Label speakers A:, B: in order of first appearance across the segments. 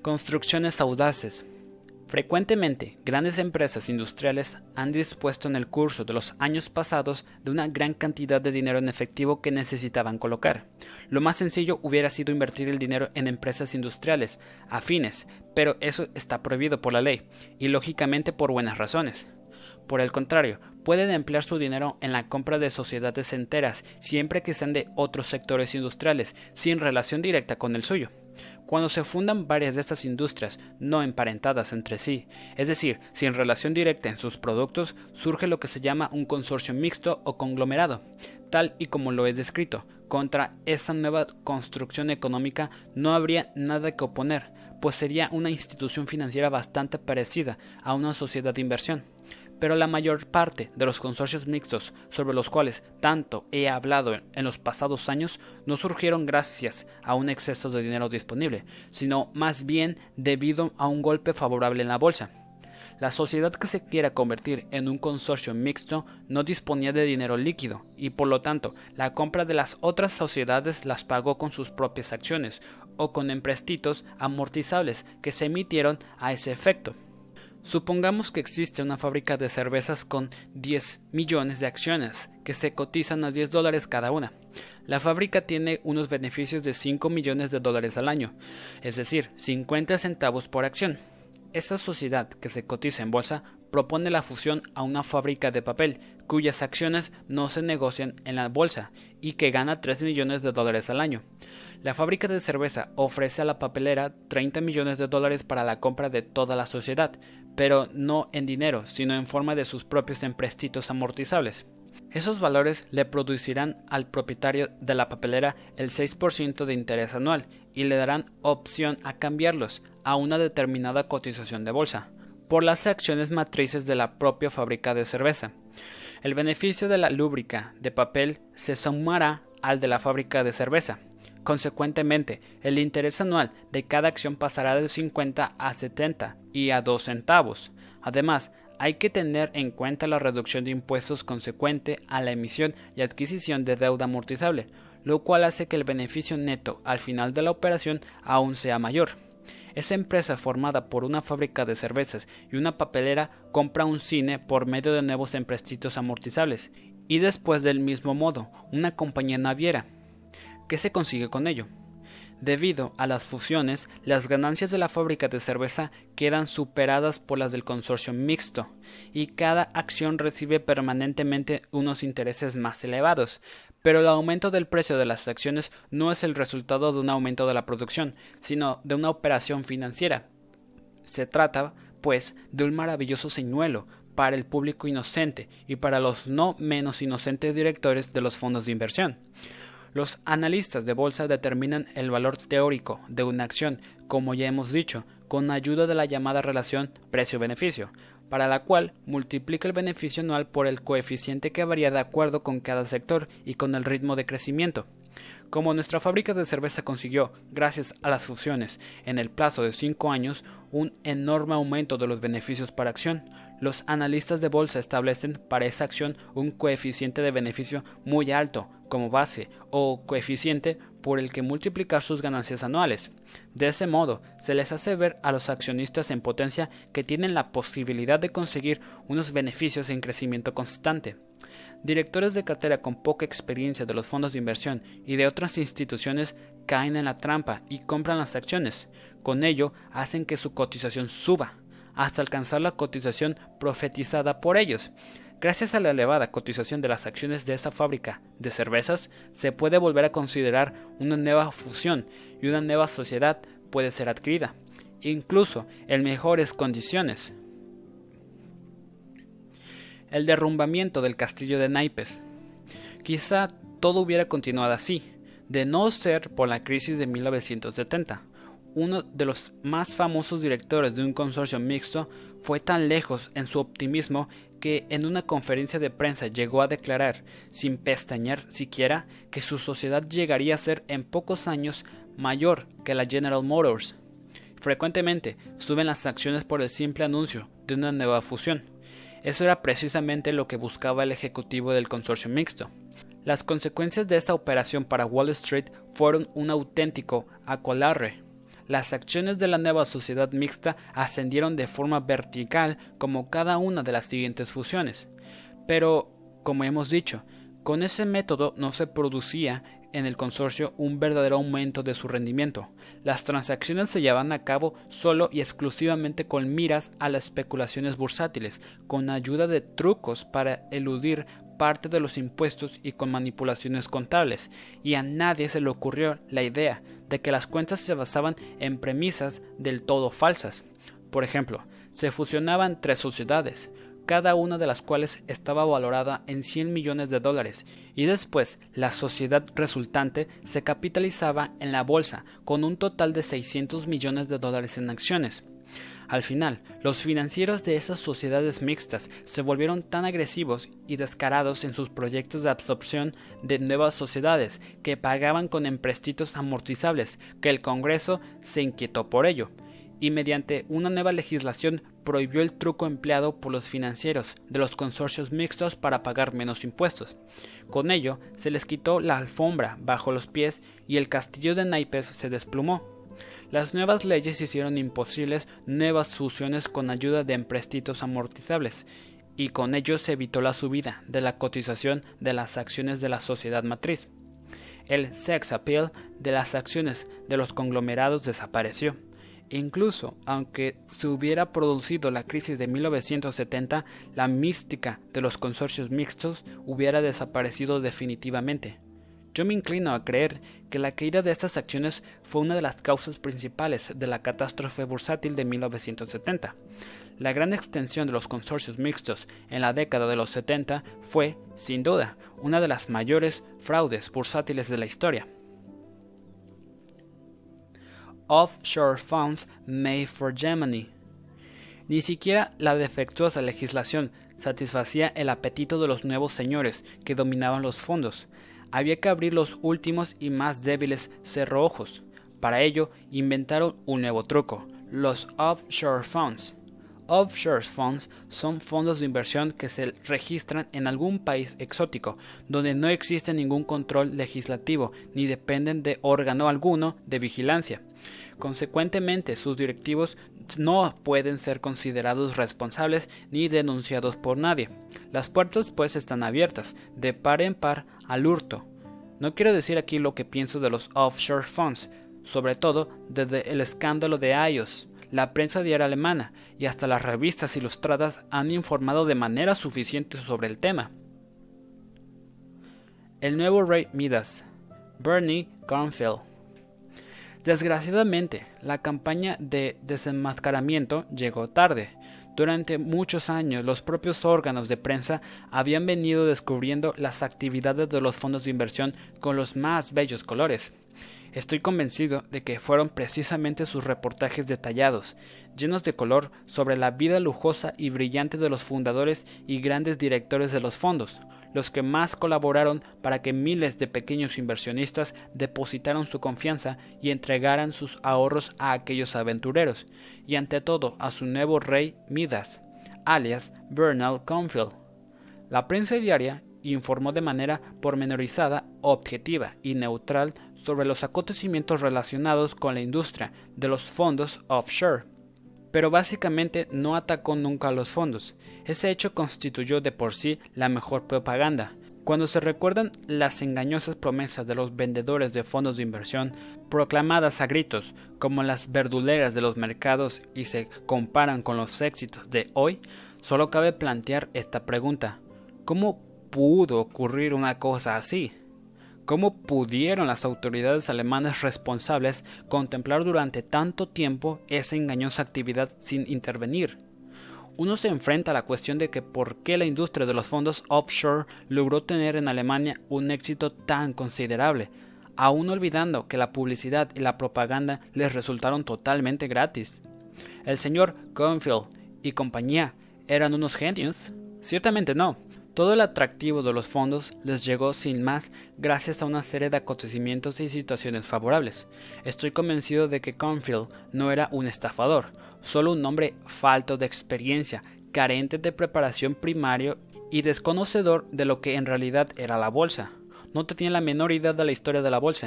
A: Construcciones audaces. Frecuentemente, grandes empresas industriales han dispuesto en el curso de los años pasados de una gran cantidad de dinero en efectivo que necesitaban colocar. Lo más sencillo hubiera sido invertir el dinero en empresas industriales afines, pero eso está prohibido por la ley, y lógicamente por buenas razones. Por el contrario, pueden emplear su dinero en la compra de sociedades enteras siempre que sean de otros sectores industriales, sin relación directa con el suyo. Cuando se fundan varias de estas industrias no emparentadas entre sí, es decir, sin relación directa en sus productos, surge lo que se llama un consorcio mixto o conglomerado. Tal y como lo he descrito, contra esa nueva construcción económica no habría nada que oponer, pues sería una institución financiera bastante parecida a una sociedad de inversión. Pero la mayor parte de los consorcios mixtos sobre los cuales tanto he hablado en los pasados años no surgieron gracias a un exceso de dinero disponible, sino más bien debido a un golpe favorable en la bolsa. La sociedad que se quiera convertir en un consorcio mixto no disponía de dinero líquido y por lo tanto la compra de las otras sociedades las pagó con sus propias acciones o con empréstitos amortizables que se emitieron a ese efecto. Supongamos que existe una fábrica de cervezas con 10 millones de acciones que se cotizan a $10 cada una. La fábrica tiene unos beneficios de 5 millones de dólares al año, es decir, 50 centavos por acción. Esta sociedad que se cotiza en bolsa propone la fusión a una fábrica de papel cuyas acciones no se negocian en la bolsa y que gana 3 millones de dólares al año. La fábrica de cerveza ofrece a la papelera 30 millones de dólares para la compra de toda la sociedad, pero no en dinero, sino en forma de sus propios empréstitos amortizables. Esos valores le producirán al propietario de la papelera el 6% de interés anual y le darán opción a cambiarlos a una determinada cotización de bolsa por las acciones matrices de la propia fábrica de cerveza. El beneficio de la lúbrica de papel se sumará al de la fábrica de cerveza. Consecuentemente, el interés anual de cada acción pasará de 50 a 70 y a 2 centavos. Además, hay que tener en cuenta la reducción de impuestos consecuente a la emisión y adquisición de deuda amortizable, lo cual hace que el beneficio neto al final de la operación aún sea mayor. Esa empresa formada por una fábrica de cervezas y una papelera compra un cine por medio de nuevos empréstitos amortizables y después del mismo modo una compañía naviera. ¿Qué se consigue con ello? Debido a las fusiones, las ganancias de la fábrica de cerveza quedan superadas por las del consorcio mixto y cada acción recibe permanentemente unos intereses más elevados, pero el aumento del precio de las acciones no es el resultado de un aumento de la producción, sino de una operación financiera. Se trata, pues, de un maravilloso señuelo para el público inocente y para los no menos inocentes directores de los fondos de inversión. Los analistas de bolsa determinan el valor teórico de una acción, como ya hemos dicho, con ayuda de la llamada relación precio-beneficio, para la cual multiplica el beneficio anual por el coeficiente que varía de acuerdo con cada sector y con el ritmo de crecimiento. Como nuestra fábrica de cerveza consiguió, gracias a las fusiones, en el plazo de 5 años, un enorme aumento de los beneficios por acción, los analistas de bolsa establecen para esa acción un coeficiente de beneficio muy alto como base o coeficiente por el que multiplicar sus ganancias anuales. De ese modo, se les hace ver a los accionistas en potencia que tienen la posibilidad de conseguir unos beneficios en crecimiento constante. Directores de cartera con poca experiencia de los fondos de inversión y de otras instituciones caen en la trampa y compran las acciones. Con ello, hacen que su cotización suba hasta alcanzar la cotización profetizada por ellos. Gracias a la elevada cotización de las acciones de esta fábrica de cervezas, se puede volver a considerar una nueva fusión y una nueva sociedad puede ser adquirida, incluso en mejores condiciones. El derrumbamiento del castillo de naipes. Quizá todo hubiera continuado así, de no ser por la crisis de 1970. Uno de los más famosos directores de un consorcio mixto fue tan lejos en su optimismo que en una conferencia de prensa llegó a declarar, sin pestañear siquiera, que su sociedad llegaría a ser en pocos años mayor que la General Motors. Frecuentemente suben las acciones por el simple anuncio de una nueva fusión. Eso era precisamente lo que buscaba el ejecutivo del consorcio mixto. Las consecuencias de esta operación para Wall Street fueron un auténtico aquelarre. las acciones de la nueva sociedad mixta ascendieron de forma vertical como cada una de las siguientes fusiones. Pero, como hemos dicho, con ese método no se producía en el consorcio un verdadero aumento de su rendimiento. Las transacciones se llevaban a cabo solo y exclusivamente con miras a las especulaciones bursátiles, con ayuda de trucos para eludir parte de los impuestos y con manipulaciones contables, y a nadie se le ocurrió la idea de que las cuentas se basaban en premisas del todo falsas. Por ejemplo, se fusionaban 3 sociedades, cada una de las cuales estaba valorada en $100 millones, y después la sociedad resultante se capitalizaba en la bolsa con un total de $600 millones en acciones. Al final, los financieros de esas sociedades mixtas se volvieron tan agresivos y descarados en sus proyectos de absorción de nuevas sociedades que pagaban con empréstitos amortizables que el Congreso se inquietó por ello, y mediante una nueva legislación prohibió el truco empleado por los financieros de los consorcios mixtos para pagar menos impuestos. Con ello, se les quitó la alfombra bajo los pies y el castillo de naipes se desplomó. Las nuevas leyes hicieron imposibles nuevas fusiones con ayuda de empréstitos amortizables, y con ello se evitó la subida de la cotización de las acciones de la sociedad matriz. El sex appeal de las acciones de los conglomerados desapareció. Incluso, aunque se hubiera producido la crisis de 1970, la mística de los consorcios mixtos hubiera desaparecido definitivamente. Yo me inclino a creer que la caída de estas acciones fue una de las causas principales de la catástrofe bursátil de 1970. La gran extensión de los consorcios mixtos en la década de los 70 fue, sin duda, una de las mayores fraudes bursátiles de la historia. Offshore funds made for Germany. Ni siquiera la defectuosa legislación satisfacía el apetito de los nuevos señores que dominaban los fondos. Había que abrir los últimos y más débiles cerrojos. Para ello, inventaron un nuevo truco: los offshore funds. Offshore funds son fondos de inversión que se registran en algún país exótico, donde no existe ningún control legislativo ni dependen de órgano alguno de vigilancia. Consecuentemente, sus directivos no pueden ser considerados responsables ni denunciados por nadie. Las puertas pues están abiertas, de par en par, al hurto. No quiero decir aquí lo que pienso de los offshore funds, sobre todo desde el escándalo de iOS. La prensa diaria alemana y hasta las revistas ilustradas han informado de manera suficiente sobre el tema. El nuevo rey Midas, Bernie Kornfeld. Desgraciadamente, la campaña de desenmascaramiento llegó tarde. Durante muchos años, los propios órganos de prensa habían venido descubriendo las actividades de los fondos de inversión con los más bellos colores. Estoy convencido de que fueron precisamente sus reportajes detallados, llenos de color, sobre la vida lujosa y brillante de los fundadores y grandes directores de los fondos, los que más colaboraron para que miles de pequeños inversionistas depositaran su confianza y entregaran sus ahorros a aquellos aventureros, y ante todo a su nuevo rey Midas, alias Bernard Kornfeld. La prensa diaria informó de manera pormenorizada, objetiva y neutral sobre los acontecimientos relacionados con la industria de los fondos offshore, pero básicamente no atacó nunca a los fondos. Ese hecho constituyó de por sí la mejor propaganda. Cuando se recuerdan las engañosas promesas de los vendedores de fondos de inversión, proclamadas a gritos como las verduleras de los mercados, y se comparan con los éxitos de hoy, solo cabe plantear esta pregunta: ¿cómo pudo ocurrir una cosa así? ¿Cómo pudieron las autoridades alemanas responsables contemplar durante tanto tiempo esa engañosa actividad sin intervenir? Uno se enfrenta a la cuestión de que por qué la industria de los fondos offshore logró tener en Alemania un éxito tan considerable, aún olvidando que la publicidad y la propaganda les resultaron totalmente gratis. ¿El señor Kornfeld y compañía eran unos genios? Ciertamente no. Todo el atractivo de los fondos les llegó sin más gracias a una serie de acontecimientos y situaciones favorables. Estoy convencido de que Kornfeld no era un estafador, solo un hombre falto de experiencia, carente de preparación primaria y desconocedor de lo que en realidad era la bolsa. No tenía la menor idea de la historia de la bolsa.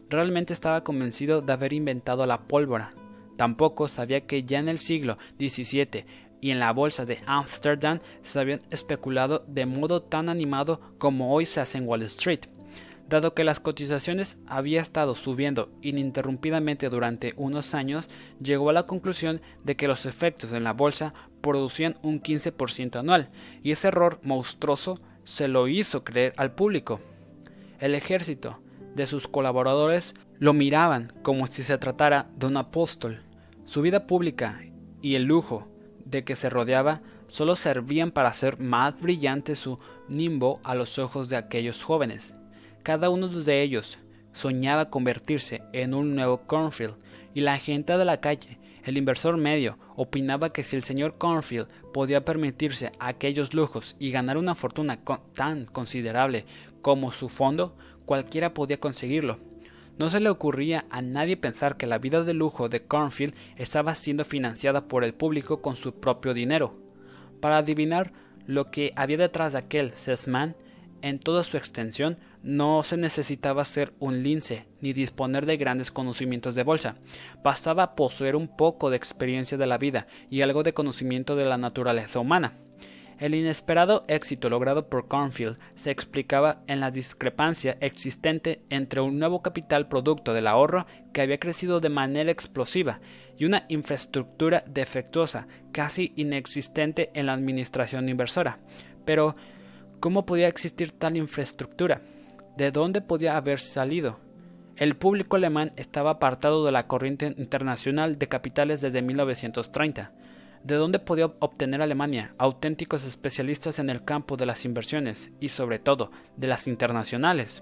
A: realmente estaba convencido de haber inventado la pólvora. Tampoco sabía que ya en el siglo XVII y en la bolsa de Ámsterdam se habían especulado de modo tan animado como hoy se hace en Wall Street. Dado que las cotizaciones habían estado subiendo ininterrumpidamente durante unos años, llegó a la conclusión de que los efectos en la bolsa producían un 15% anual, y ese error monstruoso se lo hizo creer al público. El ejército de sus colaboradores lo miraban como si se tratara de un apóstol. Su vida pública y el lujo de que se rodeaba solo servían para hacer más brillante su nimbo a los ojos de aquellos jóvenes. Cada uno de ellos soñaba convertirse en un nuevo Cornfield, y la gente de la calle, el inversor medio, opinaba que si el señor Cornfield podía permitirse aquellos lujos y ganar una fortuna tan considerable como su fondo, cualquiera podía conseguirlo. No se le ocurría a nadie pensar que la vida de lujo de Cornfield estaba siendo financiada por el público con su propio dinero. Para adivinar lo que había detrás de aquel salesman en toda su extensión, no se necesitaba ser un lince ni disponer de grandes conocimientos de bolsa. Bastaba poseer un poco de experiencia de la vida y algo de conocimiento de la naturaleza humana. El inesperado éxito logrado por Cornfield se explicaba en la discrepancia existente entre un nuevo capital producto del ahorro que había crecido de manera explosiva y una infraestructura defectuosa, casi inexistente en la administración inversora. Pero, ¿cómo podía existir tal infraestructura? ¿De dónde podía haber salido? El público alemán estaba apartado de la corriente internacional de capitales desde 1930. ¿De dónde podía obtener Alemania auténticos especialistas en el campo de las inversiones y, sobre todo, de las internacionales?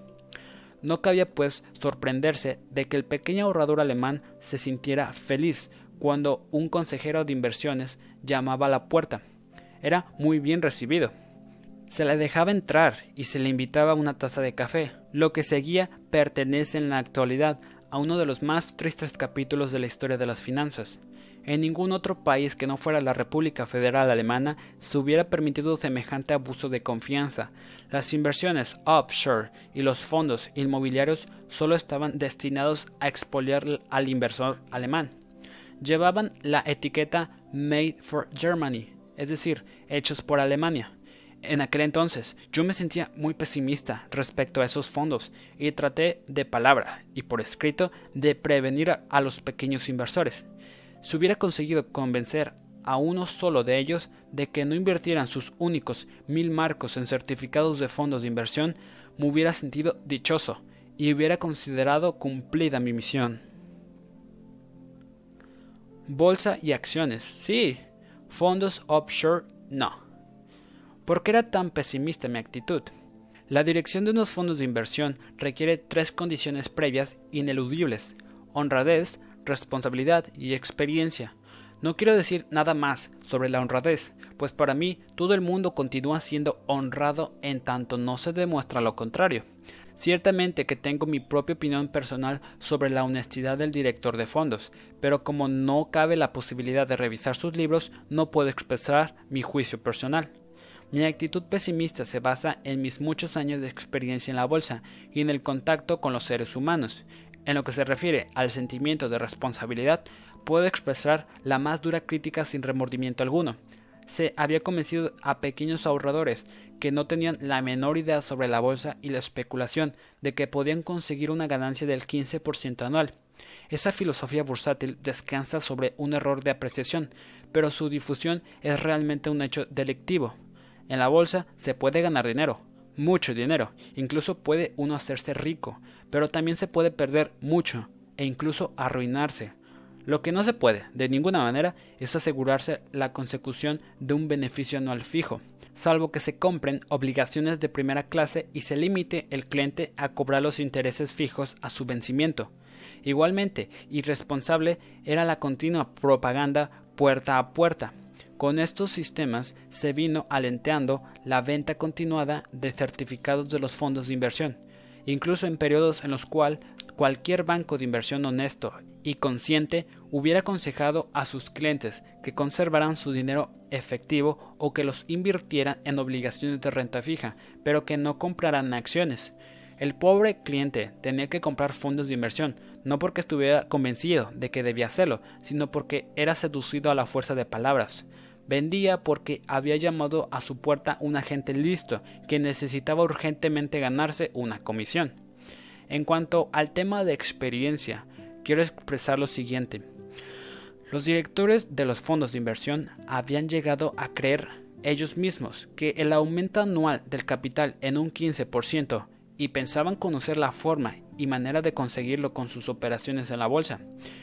A: No cabía, pues, sorprenderse de que el pequeño ahorrador alemán se sintiera feliz cuando un consejero de inversiones llamaba a la puerta. Era muy bien recibido. Se le dejaba entrar y se le invitaba a una taza de café. Lo que seguía pertenece en la actualidad a uno de los más tristes capítulos de la historia de las finanzas. En ningún otro país que no fuera la República Federal Alemana se hubiera permitido semejante abuso de confianza. Las inversiones offshore y los fondos inmobiliarios solo estaban destinados a expoliar al inversor alemán. Llevaban la etiqueta Made for Germany, es decir, hechos por Alemania. En aquel entonces yo me sentía muy pesimista respecto a esos fondos y traté de palabra y por escrito de prevenir a los pequeños inversores. Si hubiera conseguido convencer a uno solo de ellos de que no invirtieran sus únicos 1000 marcos en certificados de fondos de inversión, me hubiera sentido dichoso y hubiera considerado cumplida mi misión. Bolsa y acciones, sí. Fondos offshore, no. ¿Por qué era tan pesimista mi actitud? La dirección de unos fondos de inversión requiere 3 condiciones previas ineludibles: honradez, responsabilidad y experiencia. No quiero decir nada más sobre la honradez, pues para mí todo el mundo continúa siendo honrado en tanto no se demuestra lo contrario. Ciertamente que tengo mi propia opinión personal sobre la honestidad del director de fondos, pero como no cabe la posibilidad de revisar sus libros, no puedo expresar mi juicio personal. Mi actitud pesimista se basa en mis muchos años de experiencia en la bolsa y en el contacto con los seres humanos. En lo que se refiere al sentimiento de responsabilidad, puedo expresar la más dura crítica sin remordimiento alguno. Se había convencido a pequeños ahorradores que no tenían la menor idea sobre la bolsa y la especulación de que podían conseguir una ganancia del 15% anual. Esa filosofía bursátil descansa sobre un error de apreciación, pero su difusión es realmente un hecho delictivo. En la bolsa se puede ganar dinero, mucho dinero, incluso puede uno hacerse rico, pero también se puede perder mucho e incluso arruinarse. Lo que no se puede, de ninguna manera, es asegurarse la consecución de un beneficio anual fijo, salvo que se compren obligaciones de primera clase y se limite el cliente a cobrar los intereses fijos a su vencimiento. Igualmente, irresponsable era la continua propaganda puerta a puerta. Con estos sistemas se vino alenteando la venta continuada de certificados de los fondos de inversión, incluso en periodos en los cuales cualquier banco de inversión honesto y consciente hubiera aconsejado a sus clientes que conservaran su dinero efectivo o que los invirtieran en obligaciones de renta fija, pero que no compraran acciones. El pobre cliente tenía que comprar fondos de inversión, no porque estuviera convencido de que debía hacerlo, sino porque era seducido a la fuerza de palabras. Vendía porque había llamado a su puerta un agente listo que necesitaba urgentemente ganarse una comisión. En cuanto al tema de experiencia, quiero expresar lo siguiente. Los directores de los fondos de inversión habían llegado a creer ellos mismos que el aumento anual del capital en un 15% y pensaban conocer la forma y manera de conseguirlo con sus operaciones en la bolsa.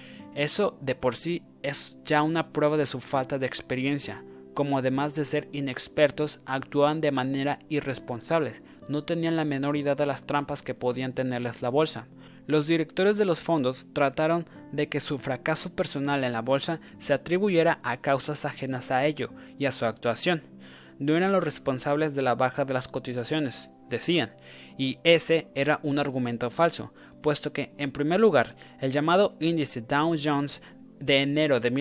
A: Eso de por sí es ya una prueba de su falta de experiencia, como además de ser inexpertos actuaban de manera irresponsable, no tenían la menor idea de las trampas que podían tenerles la bolsa. Los directores de los fondos trataron de que su fracaso personal en la bolsa se atribuyera a causas ajenas a ello y a su actuación. No eran los responsables de la baja de las cotizaciones, decían, y ese era un argumento falso, puesto que, en primer lugar, el llamado índice Dow Jones de enero de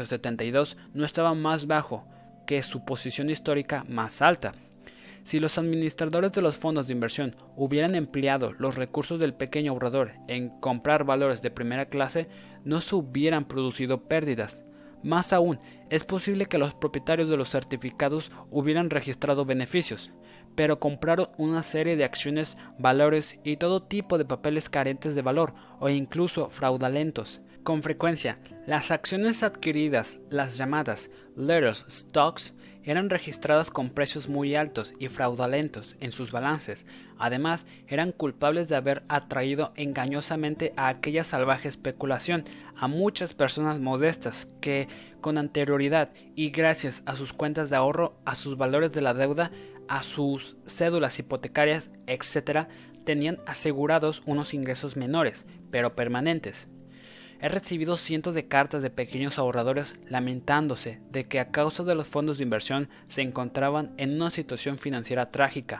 A: 1972 no estaba más bajo que su posición histórica más alta. Si los administradores de los fondos de inversión hubieran empleado los recursos del pequeño ahorrador en comprar valores de primera clase, no se hubieran producido pérdidas. Más aún, es posible que los propietarios de los certificados hubieran registrado beneficios, pero compraron una serie de acciones, valores y todo tipo de papeles carentes de valor o incluso fraudulentos. Con frecuencia, las acciones adquiridas, las llamadas letters stocks, eran registradas con precios muy altos y fraudulentos en sus balances. Además, eran culpables de haber atraído engañosamente a aquella salvaje especulación a muchas personas modestas que, con anterioridad y gracias a sus cuentas de ahorro, a sus valores de la deuda, a sus cédulas hipotecarias, etc., tenían asegurados unos ingresos menores, pero permanentes. He recibido cientos de cartas de pequeños ahorradores lamentándose de que a causa de los fondos de inversión se encontraban en una situación financiera trágica.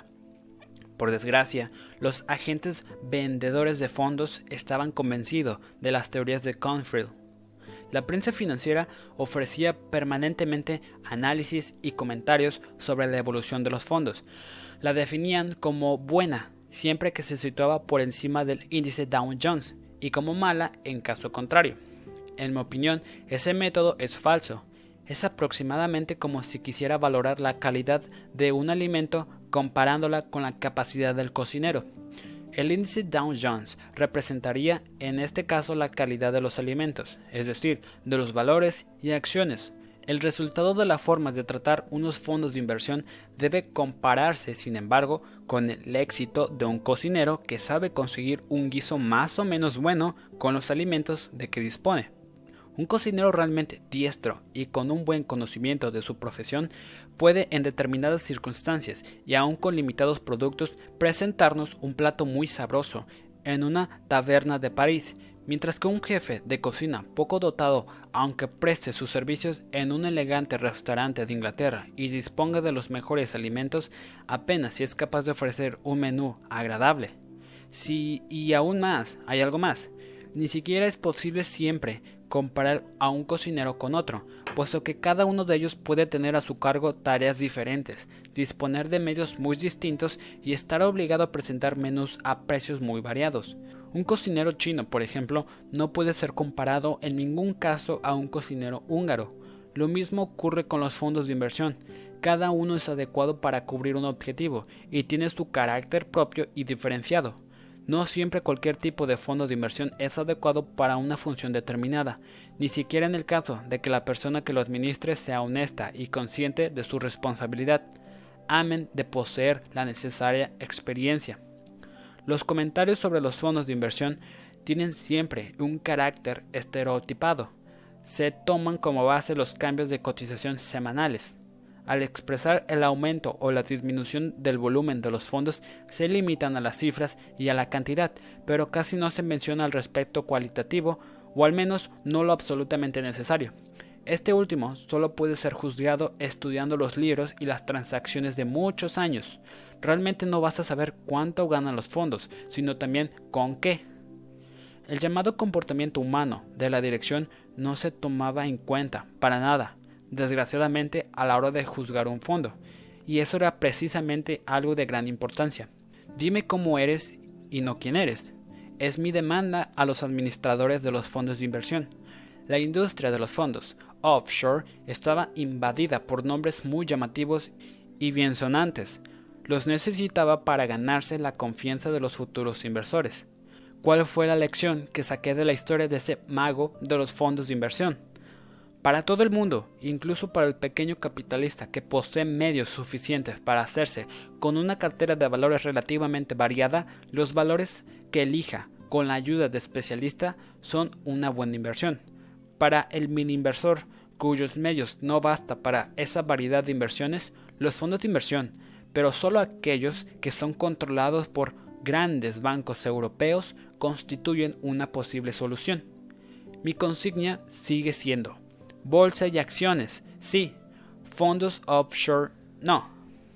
A: Por desgracia, los agentes vendedores de fondos estaban convencidos de las teorías de Cornfield. La prensa financiera ofrecía permanentemente análisis y comentarios sobre la evolución de los fondos. La definían como buena siempre que se situaba por encima del índice Dow Jones, y como mala en caso contrario. En mi opinión, ese método es falso. Es aproximadamente como si quisiera valorar la calidad de un alimento comparándola con la capacidad del cocinero. El índice Dow Jones representaría en este caso la calidad de los alimentos, es decir, de los valores y acciones. El resultado de la forma de tratar unos fondos de inversión debe compararse, sin embargo, con el éxito de un cocinero que sabe conseguir un guiso más o menos bueno con los alimentos de que dispone. Un cocinero realmente diestro y con un buen conocimiento de su profesión puede en determinadas circunstancias y aun con limitados productos presentarnos un plato muy sabroso en una taberna de París, mientras que un jefe de cocina poco dotado, aunque preste sus servicios en un elegante restaurante de Inglaterra y disponga de los mejores alimentos, apenas si es capaz de ofrecer un menú agradable. Sí, y aún más, hay algo más. Ni siquiera es posible siempre comparar a un cocinero con otro, puesto que cada uno de ellos puede tener a su cargo tareas diferentes, disponer de medios muy distintos y estar obligado a presentar menús a precios muy variados. Un cocinero chino, por ejemplo, no puede ser comparado en ningún caso a un cocinero húngaro. Lo mismo ocurre con los fondos de inversión. Cada uno es adecuado para cubrir un objetivo y tiene su carácter propio y diferenciado. No siempre cualquier tipo de fondo de inversión es adecuado para una función determinada, ni siquiera en el caso de que la persona que lo administre sea honesta y consciente de su responsabilidad, amén de poseer la necesaria experiencia. Los comentarios sobre los fondos de inversión tienen siempre un carácter estereotipado. Se toman como base los cambios de cotización semanales. Al expresar el aumento o la disminución del volumen de los fondos, se limitan a las cifras y a la cantidad, pero casi no se menciona el respecto cualitativo, o al menos no lo absolutamente necesario. Este último solo puede ser juzgado estudiando los libros y las transacciones de muchos años. Realmente no basta saber cuánto ganan los fondos, sino también con qué. El llamado comportamiento humano de la dirección no se tomaba en cuenta para nada, desgraciadamente, a la hora de juzgar un fondo, y eso era precisamente algo de gran importancia. Dime cómo eres y no quién eres. Es mi demanda a los administradores de los fondos de inversión. La industria de los fondos offshore estaba invadida por nombres muy llamativos y biensonantes. Los necesitaba para ganarse la confianza de los futuros inversores. ¿Cuál fue la lección que saqué de la historia de ese mago de los fondos de inversión? Para todo el mundo, incluso para el pequeño capitalista que posee medios suficientes para hacerse con una cartera de valores relativamente variada, los valores que elija con la ayuda de especialistas son una buena inversión. Para el mini inversor, cuyos medios no basta para esa variedad de inversiones, los fondos de inversión, pero solo aquellos que son controlados por grandes bancos europeos, constituyen una posible solución. Mi consigna sigue siendo: bolsa y acciones, sí; fondos offshore, no.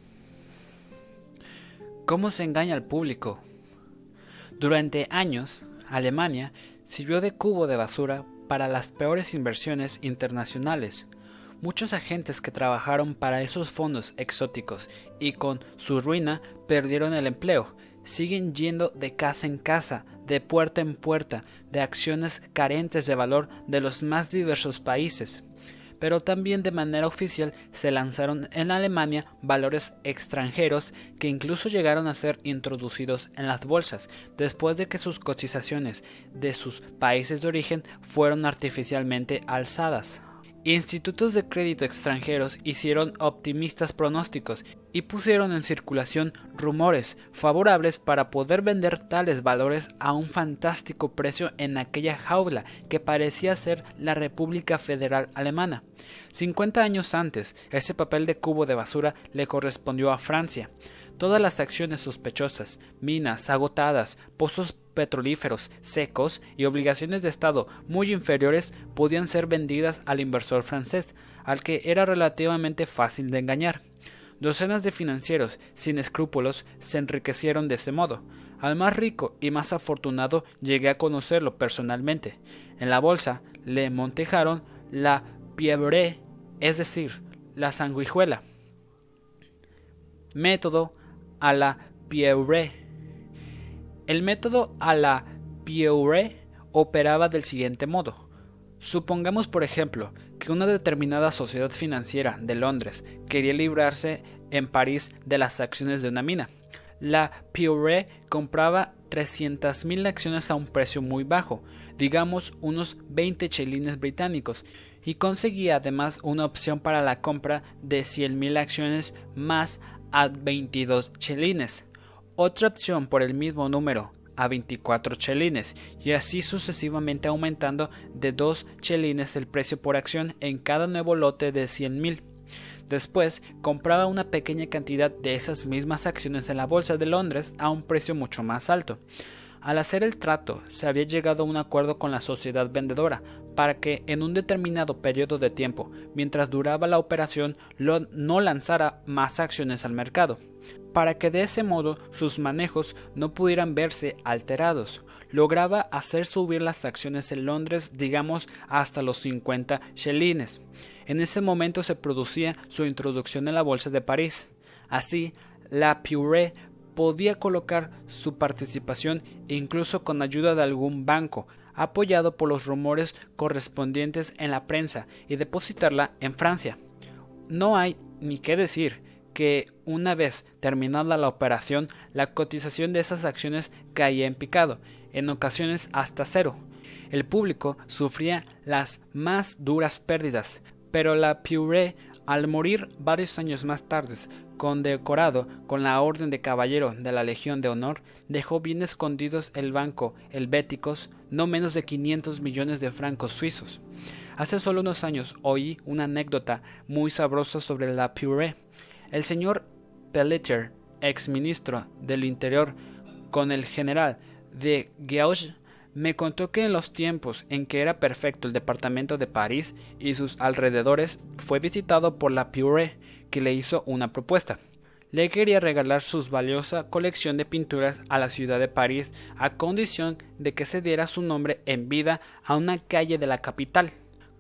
A: ¿Cómo se engaña al público? Durante años, Alemania sirvió de cubo de basura para las peores inversiones internacionales. Muchos agentes que trabajaron para esos fondos exóticos y con su ruina perdieron el empleo. Siguen yendo de casa en casa, de puerta en puerta, de acciones carentes de valor de los más diversos países. Pero también de manera oficial se lanzaron en Alemania valores extranjeros que incluso llegaron a ser introducidos en las bolsas, después de que sus cotizaciones de sus países de origen fueron artificialmente alzadas. Institutos de crédito extranjeros hicieron optimistas pronósticos y pusieron en circulación rumores favorables para poder vender tales valores a un fantástico precio en aquella jaula que parecía ser la República Federal Alemana. 50 años antes, ese papel de cubo de basura le correspondió a Francia. Todas las acciones sospechosas, minas agotadas, pozos petrolíferos secos y obligaciones de Estado muy inferiores podían ser vendidas al inversor francés, al que era relativamente fácil de engañar. Docenas de financieros sin escrúpulos se enriquecieron de ese modo. Al más rico y más afortunado llegué a conocerlo personalmente. En la bolsa le montejaron la pieuvre, es decir, la sanguijuela. Método a la pieuvre. El método a la pieuvre operaba del siguiente modo. Supongamos, por ejemplo, que una determinada sociedad financiera de Londres quería librarse en París de las acciones de una mina. La pieuvre compraba 300.000 acciones a un precio muy bajo, digamos unos 20 chelines británicos, y conseguía además una opción para la compra de 100.000 acciones más a 22 chelines, otra opción por el mismo número a 24 chelines, y así sucesivamente aumentando de 2 chelines el precio por acción en cada nuevo lote de 100.000. Después compraba una pequeña cantidad de esas mismas acciones en la bolsa de Londres a un precio mucho más alto. Al hacer el trato, se había llegado a un acuerdo con la sociedad vendedora para que en un determinado periodo de tiempo, mientras duraba la operación, no lanzara más acciones al mercado, para que de ese modo sus manejos no pudieran verse alterados. Lograba hacer subir las acciones en Londres, digamos, hasta los 50 chelines. En ese momento se producía su introducción en la bolsa de París. Así, la pieuvre podía colocar su participación incluso con ayuda de algún banco, apoyado por los rumores correspondientes en la prensa, y depositarla en Francia. No hay ni qué decir que una vez terminada la operación, la cotización de esas acciones caía en picado, en ocasiones hasta cero. El público sufría las más duras pérdidas, pero la pieuvre, al morir varios años más tarde, condecorado con la Orden de Caballero de la Legión de Honor, dejó bien escondidos el banco helvéticos no menos de 500 millones de francos suizos. Hace solo unos años oí una anécdota muy sabrosa sobre la pieuvre. El señor Pelletier, ex ministro del Interior con el general de Gaulle, me contó que en los tiempos en que era perfecto el departamento de París y sus alrededores, fue visitado por la pieuvre, que le hizo una propuesta. Le quería regalar su valiosa colección de pinturas a la ciudad de París a condición de que se diera su nombre en vida a una calle de la capital.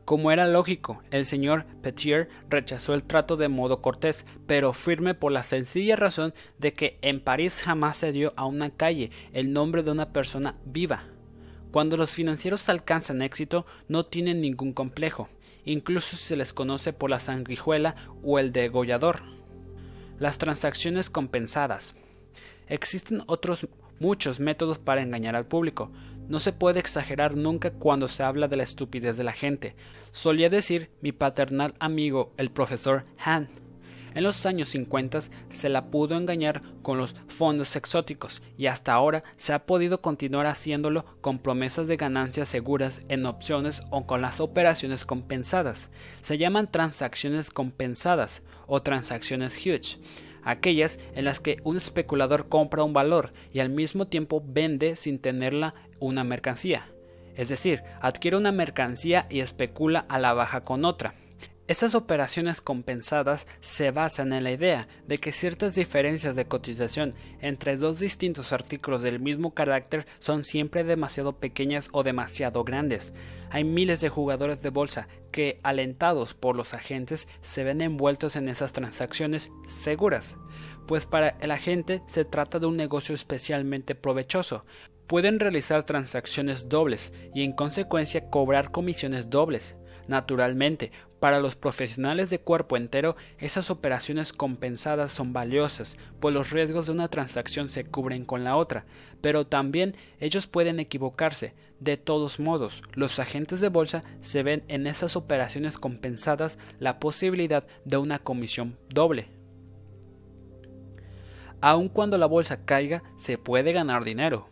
A: Como era lógico, el señor Petier rechazó el trato de modo cortés, pero firme por la sencilla razón de que en París jamás se dio a una calle el nombre de una persona viva. Cuando los financieros alcanzan éxito, no tienen ningún complejo, incluso si se les conoce por la sanguijuela o el degollador. Las transacciones compensadas. Existen otros muchos métodos para engañar al público. No se puede exagerar nunca cuando se habla de la estupidez de la gente, solía decir mi paternal amigo el profesor Hahn. En los años 50 se la pudo engañar con los fondos exóticos y hasta ahora se ha podido continuar haciéndolo con promesas de ganancias seguras en opciones o con las operaciones compensadas. Se llaman transacciones compensadas o transacciones huge, aquellas en las que un especulador compra un valor y al mismo tiempo vende sin tenerla una mercancía. Es decir, adquiere una mercancía y especula a la baja con otra. Estas operaciones compensadas se basan en la idea de que ciertas diferencias de cotización entre dos distintos artículos del mismo carácter son siempre demasiado pequeñas o demasiado grandes. Hay miles de jugadores de bolsa que, alentados por los agentes, se ven envueltos en esas transacciones seguras, pues para el agente se trata de un negocio especialmente provechoso. Pueden realizar transacciones dobles y en consecuencia cobrar comisiones dobles. Naturalmente, para los profesionales de cuerpo entero, esas operaciones compensadas son valiosas, pues los riesgos de una transacción se cubren con la otra, pero también ellos pueden equivocarse. De todos modos, los agentes de bolsa se ven en esas operaciones compensadas la posibilidad de una comisión doble. Aun cuando la bolsa caiga, se puede ganar dinero.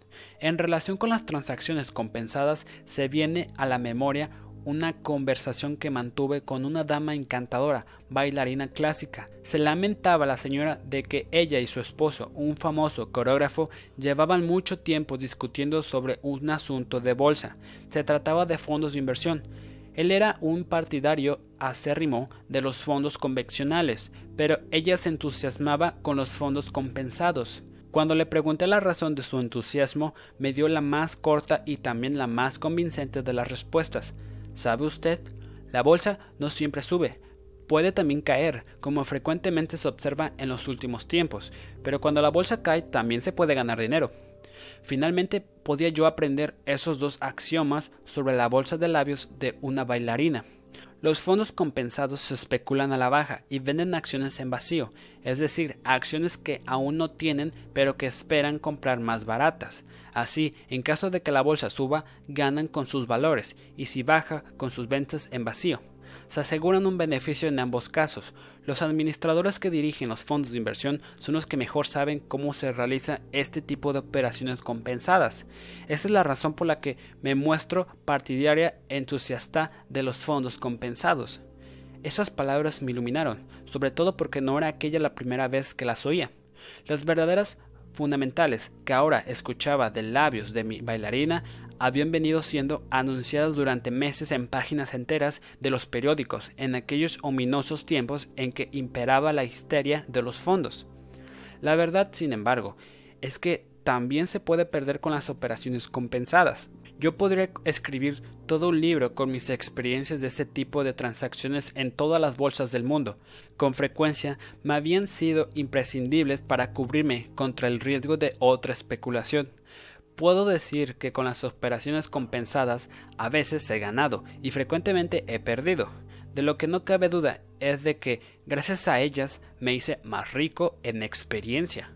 A: En relación con las transacciones compensadas, se viene a la memoria una conversación que mantuve con una dama encantadora, bailarina clásica. Se lamentaba la señora de que ella y su esposo, un famoso coreógrafo, llevaban mucho tiempo discutiendo sobre un asunto de bolsa. Se trataba de fondos de inversión. Él era un partidario acérrimo de los fondos convencionales, pero ella se entusiasmaba con los fondos compensados. Cuando le pregunté la razón de su entusiasmo, me dio la más corta y también la más convincente de las respuestas. ¿Sabe usted? La bolsa no siempre sube, puede también caer, como frecuentemente se observa en los últimos tiempos, pero cuando la bolsa cae también se puede ganar dinero. Finalmente podía yo aprender esos dos axiomas sobre la bolsa de labios de una bailarina. Los fondos compensados se especulan a la baja y venden acciones en vacío, es decir, acciones que aún no tienen pero que esperan comprar más baratas. Así, en caso de que la bolsa suba, ganan con sus valores y si baja, con sus ventas en vacío. Se aseguran un beneficio en ambos casos. Los administradores que dirigen los fondos de inversión son los que mejor saben cómo se realiza este tipo de operaciones compensadas. Esa es la razón por la que me muestro partidaria entusiasta de los fondos compensados. Esas palabras me iluminaron, sobre todo porque no era aquella la primera vez que las oía. Las verdaderas fundamentales que ahora escuchaba de labios de mi bailarina habían venido siendo anunciadas durante meses en páginas enteras de los periódicos en aquellos ominosos tiempos en que imperaba la histeria de los fondos. La verdad, sin embargo, es que también se puede perder con las operaciones compensadas. Yo podría escribir todo un libro con mis experiencias de este tipo de transacciones en todas las bolsas del mundo. Con frecuencia me habían sido imprescindibles para cubrirme contra el riesgo de otra especulación. Puedo decir que con las operaciones compensadas a veces he ganado y frecuentemente he perdido. De lo que no cabe duda es de que gracias a ellas me hice más rico en experiencia.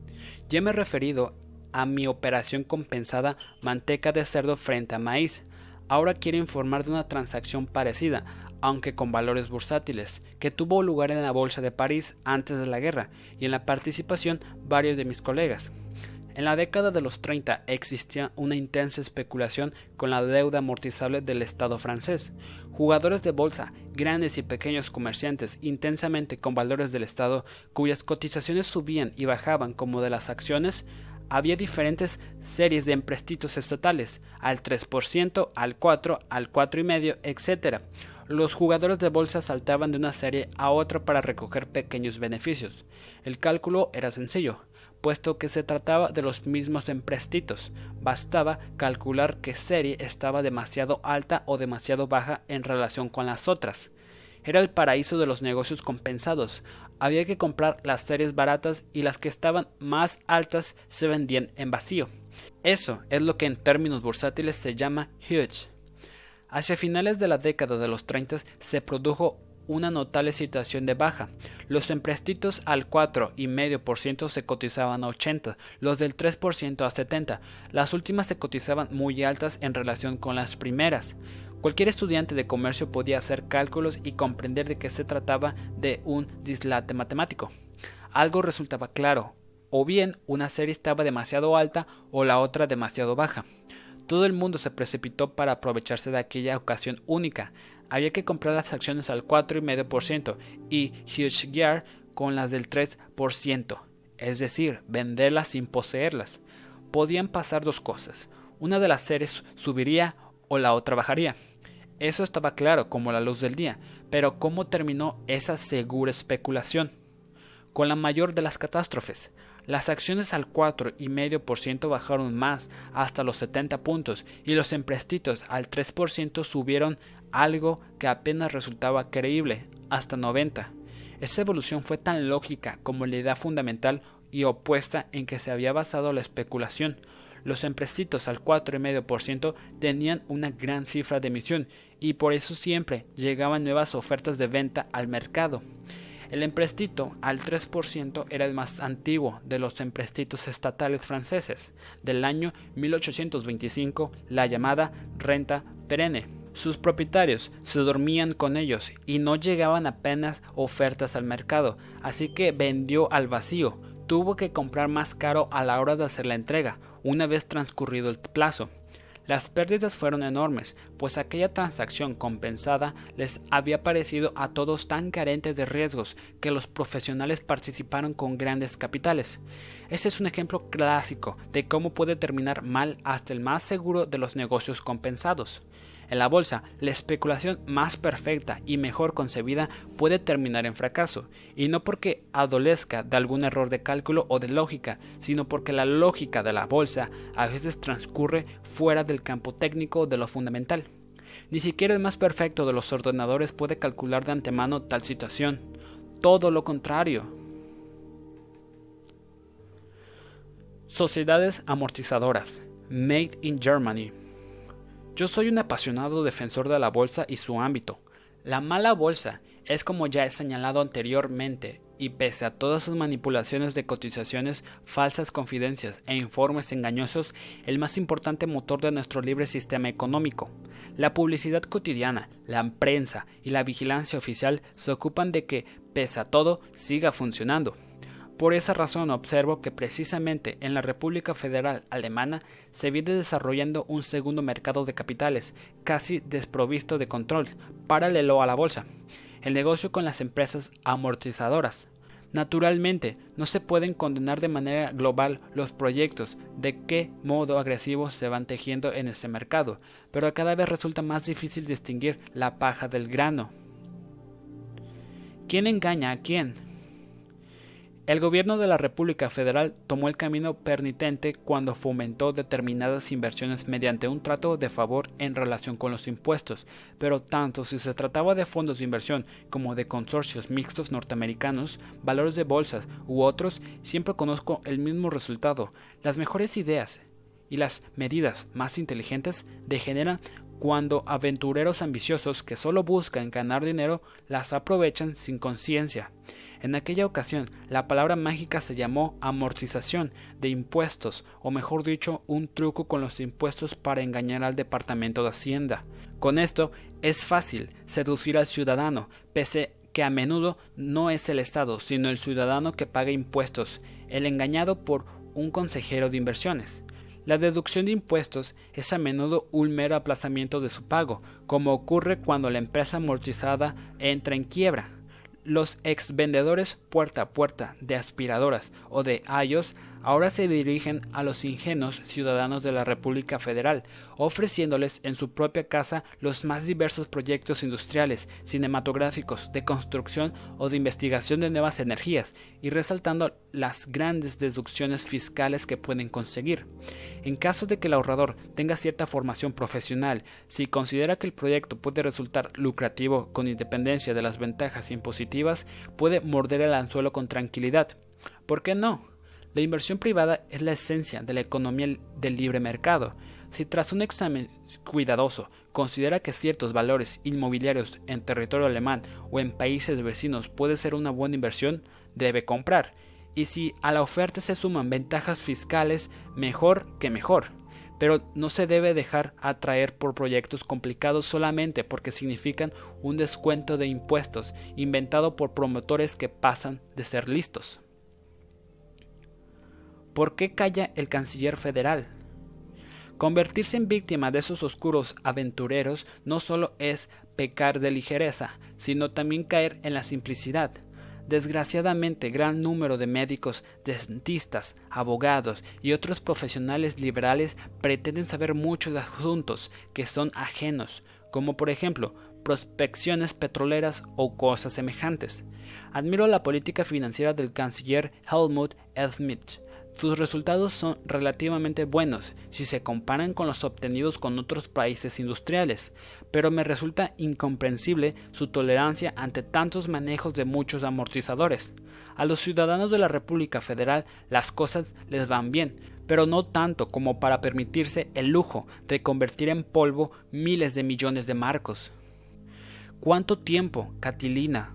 A: Ya me he referido a mi operación compensada manteca de cerdo frente a maíz. Ahora quiero informar de una transacción parecida, aunque con valores bursátiles, que tuvo lugar en la Bolsa de París antes de la guerra y en la participación varios de mis colegas. En la década de los 30 existía una intensa especulación con la deuda amortizable del Estado francés. Jugadores de bolsa, grandes y pequeños comerciantes intensamente con valores del Estado, cuyas cotizaciones subían y bajaban como de las acciones. Había diferentes series de empréstitos estatales, al 3%, al 4%, al 4,5%, etc. Los jugadores de bolsa saltaban de una serie a otra para recoger pequeños beneficios. El cálculo era sencillo. puesto que se trataba de los mismos empréstitos. Bastaba calcular qué serie estaba demasiado alta o demasiado baja en relación con las otras. Era el paraíso de los negocios compensados. Había que comprar las series baratas y las que estaban más altas se vendían en vacío. Eso es lo que en términos bursátiles se llama hedge. Hacia finales de la década de los 30 se produjo una notable situación de baja. Los empréstitos al 4,5% se cotizaban a 80, los del 3% a 70. Las últimas se cotizaban muy altas en relación con las primeras. Cualquier estudiante de comercio podía hacer cálculos y comprender de que se trataba de un dislate matemático. Algo resultaba claro, o bien una serie estaba demasiado alta o la otra demasiado baja. Todo el mundo se precipitó para aprovecharse de aquella ocasión única. Había que comprar las acciones al 4,5% y hedgear con las del 3%, es decir, venderlas sin poseerlas. Podían pasar dos cosas: una de las series subiría o la otra bajaría. Eso estaba claro como la luz del día, pero ¿cómo terminó esa segura especulación? Con la mayor de las catástrofes. Las acciones al 4,5% bajaron más, hasta los 70 puntos, y los empréstitos al 3% subieron algo que apenas resultaba creíble, hasta 90. Esa evolución fue tan lógica como la idea fundamental y opuesta en que se había basado la especulación. Los empréstitos al 4,5% tenían una gran cifra de emisión y por eso siempre llegaban nuevas ofertas de venta al mercado. El empréstito al 3% era el más antiguo de los empréstitos estatales franceses, del año 1825, la llamada renta perenne. Sus propietarios se dormían con ellos y no llegaban apenas ofertas al mercado, así que vendió al vacío. Tuvo que comprar más caro a la hora de hacer la entrega, una vez transcurrido el plazo. Las pérdidas fueron enormes, pues aquella transacción compensada les había parecido a todos tan carente de riesgos que los profesionales participaron con grandes capitales. Ese es un ejemplo clásico de cómo puede terminar mal hasta el más seguro de los negocios compensados. En la bolsa, la especulación más perfecta y mejor concebida puede terminar en fracaso, y no porque adolezca de algún error de cálculo o de lógica, sino porque la lógica de la bolsa a veces transcurre fuera del campo técnico de lo fundamental. Ni siquiera el más perfecto de los ordenadores puede calcular de antemano tal situación. Todo lo contrario. Sociedades amortizadoras. Made in Germany. Yo soy un apasionado defensor de la bolsa y su ámbito. La mala bolsa es, como ya he señalado anteriormente, y pese a todas sus manipulaciones de cotizaciones, falsas confidencias e informes engañosos, el más importante motor de nuestro libre sistema económico. La publicidad cotidiana, la prensa y la vigilancia oficial se ocupan de que, pese a todo, siga funcionando. Por esa razón observo que precisamente en la República Federal Alemana se viene desarrollando un segundo mercado de capitales, casi desprovisto de control, paralelo a la bolsa, el negocio con las empresas amortizadoras. Naturalmente, no se pueden condenar de manera global los proyectos de qué modo agresivos se van tejiendo en ese mercado, pero cada vez resulta más difícil distinguir la paja del grano. ¿Quién engaña a quién? El gobierno de la República Federal tomó el camino penitente cuando fomentó determinadas inversiones mediante un trato de favor en relación con los impuestos, pero tanto si se trataba de fondos de inversión como de consorcios mixtos norteamericanos, valores de bolsas u otros, siempre conozco el mismo resultado. Las mejores ideas y las medidas más inteligentes degeneran cuando aventureros ambiciosos que solo buscan ganar dinero las aprovechan sin conciencia. En aquella ocasión, la palabra mágica se llamó amortización de impuestos, o mejor dicho, un truco con los impuestos para engañar al Departamento de Hacienda. Con esto, es fácil seducir al ciudadano, pese que a menudo no es el Estado, sino el ciudadano que paga impuestos, el engañado por un consejero de inversiones. La deducción de impuestos es a menudo un mero aplazamiento de su pago, como ocurre cuando la empresa amortizada entra en quiebra. Los exvendedores puerta a puerta de aspiradoras o de ayos ahora se dirigen a los ingenuos ciudadanos de la República Federal, ofreciéndoles en su propia casa los más diversos proyectos industriales, cinematográficos, de construcción o de investigación de nuevas energías, y resaltando las grandes deducciones fiscales que pueden conseguir. En caso de que el ahorrador tenga cierta formación profesional, si considera que el proyecto puede resultar lucrativo con independencia de las ventajas impositivas, puede morder el anzuelo con tranquilidad. ¿Por qué no? La inversión privada es la esencia de la economía del libre mercado. Si tras un examen cuidadoso considera que ciertos valores inmobiliarios en territorio alemán o en países vecinos puede ser una buena inversión, debe comprar. Y si a la oferta se suman ventajas fiscales, mejor que mejor. Pero no se debe dejar atraer por proyectos complicados solamente porque significan un descuento de impuestos inventado por promotores que pasan de ser listos. ¿Por qué calla el canciller federal? Convertirse en víctima de esos oscuros aventureros no solo es pecar de ligereza, sino también caer en la simplicidad. Desgraciadamente, gran número de médicos, dentistas, abogados y otros profesionales liberales pretenden saber mucho de asuntos que son ajenos, como por ejemplo prospecciones petroleras o cosas semejantes. Admiro la política financiera del canciller Helmut Schmidt. Sus resultados son relativamente buenos si se comparan con los obtenidos con otros países industriales, pero me resulta incomprensible su tolerancia ante tantos manejos de muchos amortizadores. A los ciudadanos de la República Federal las cosas les van bien, pero no tanto como para permitirse el lujo de convertir en polvo miles de millones de marcos. ¿Cuánto tiempo, Catilina?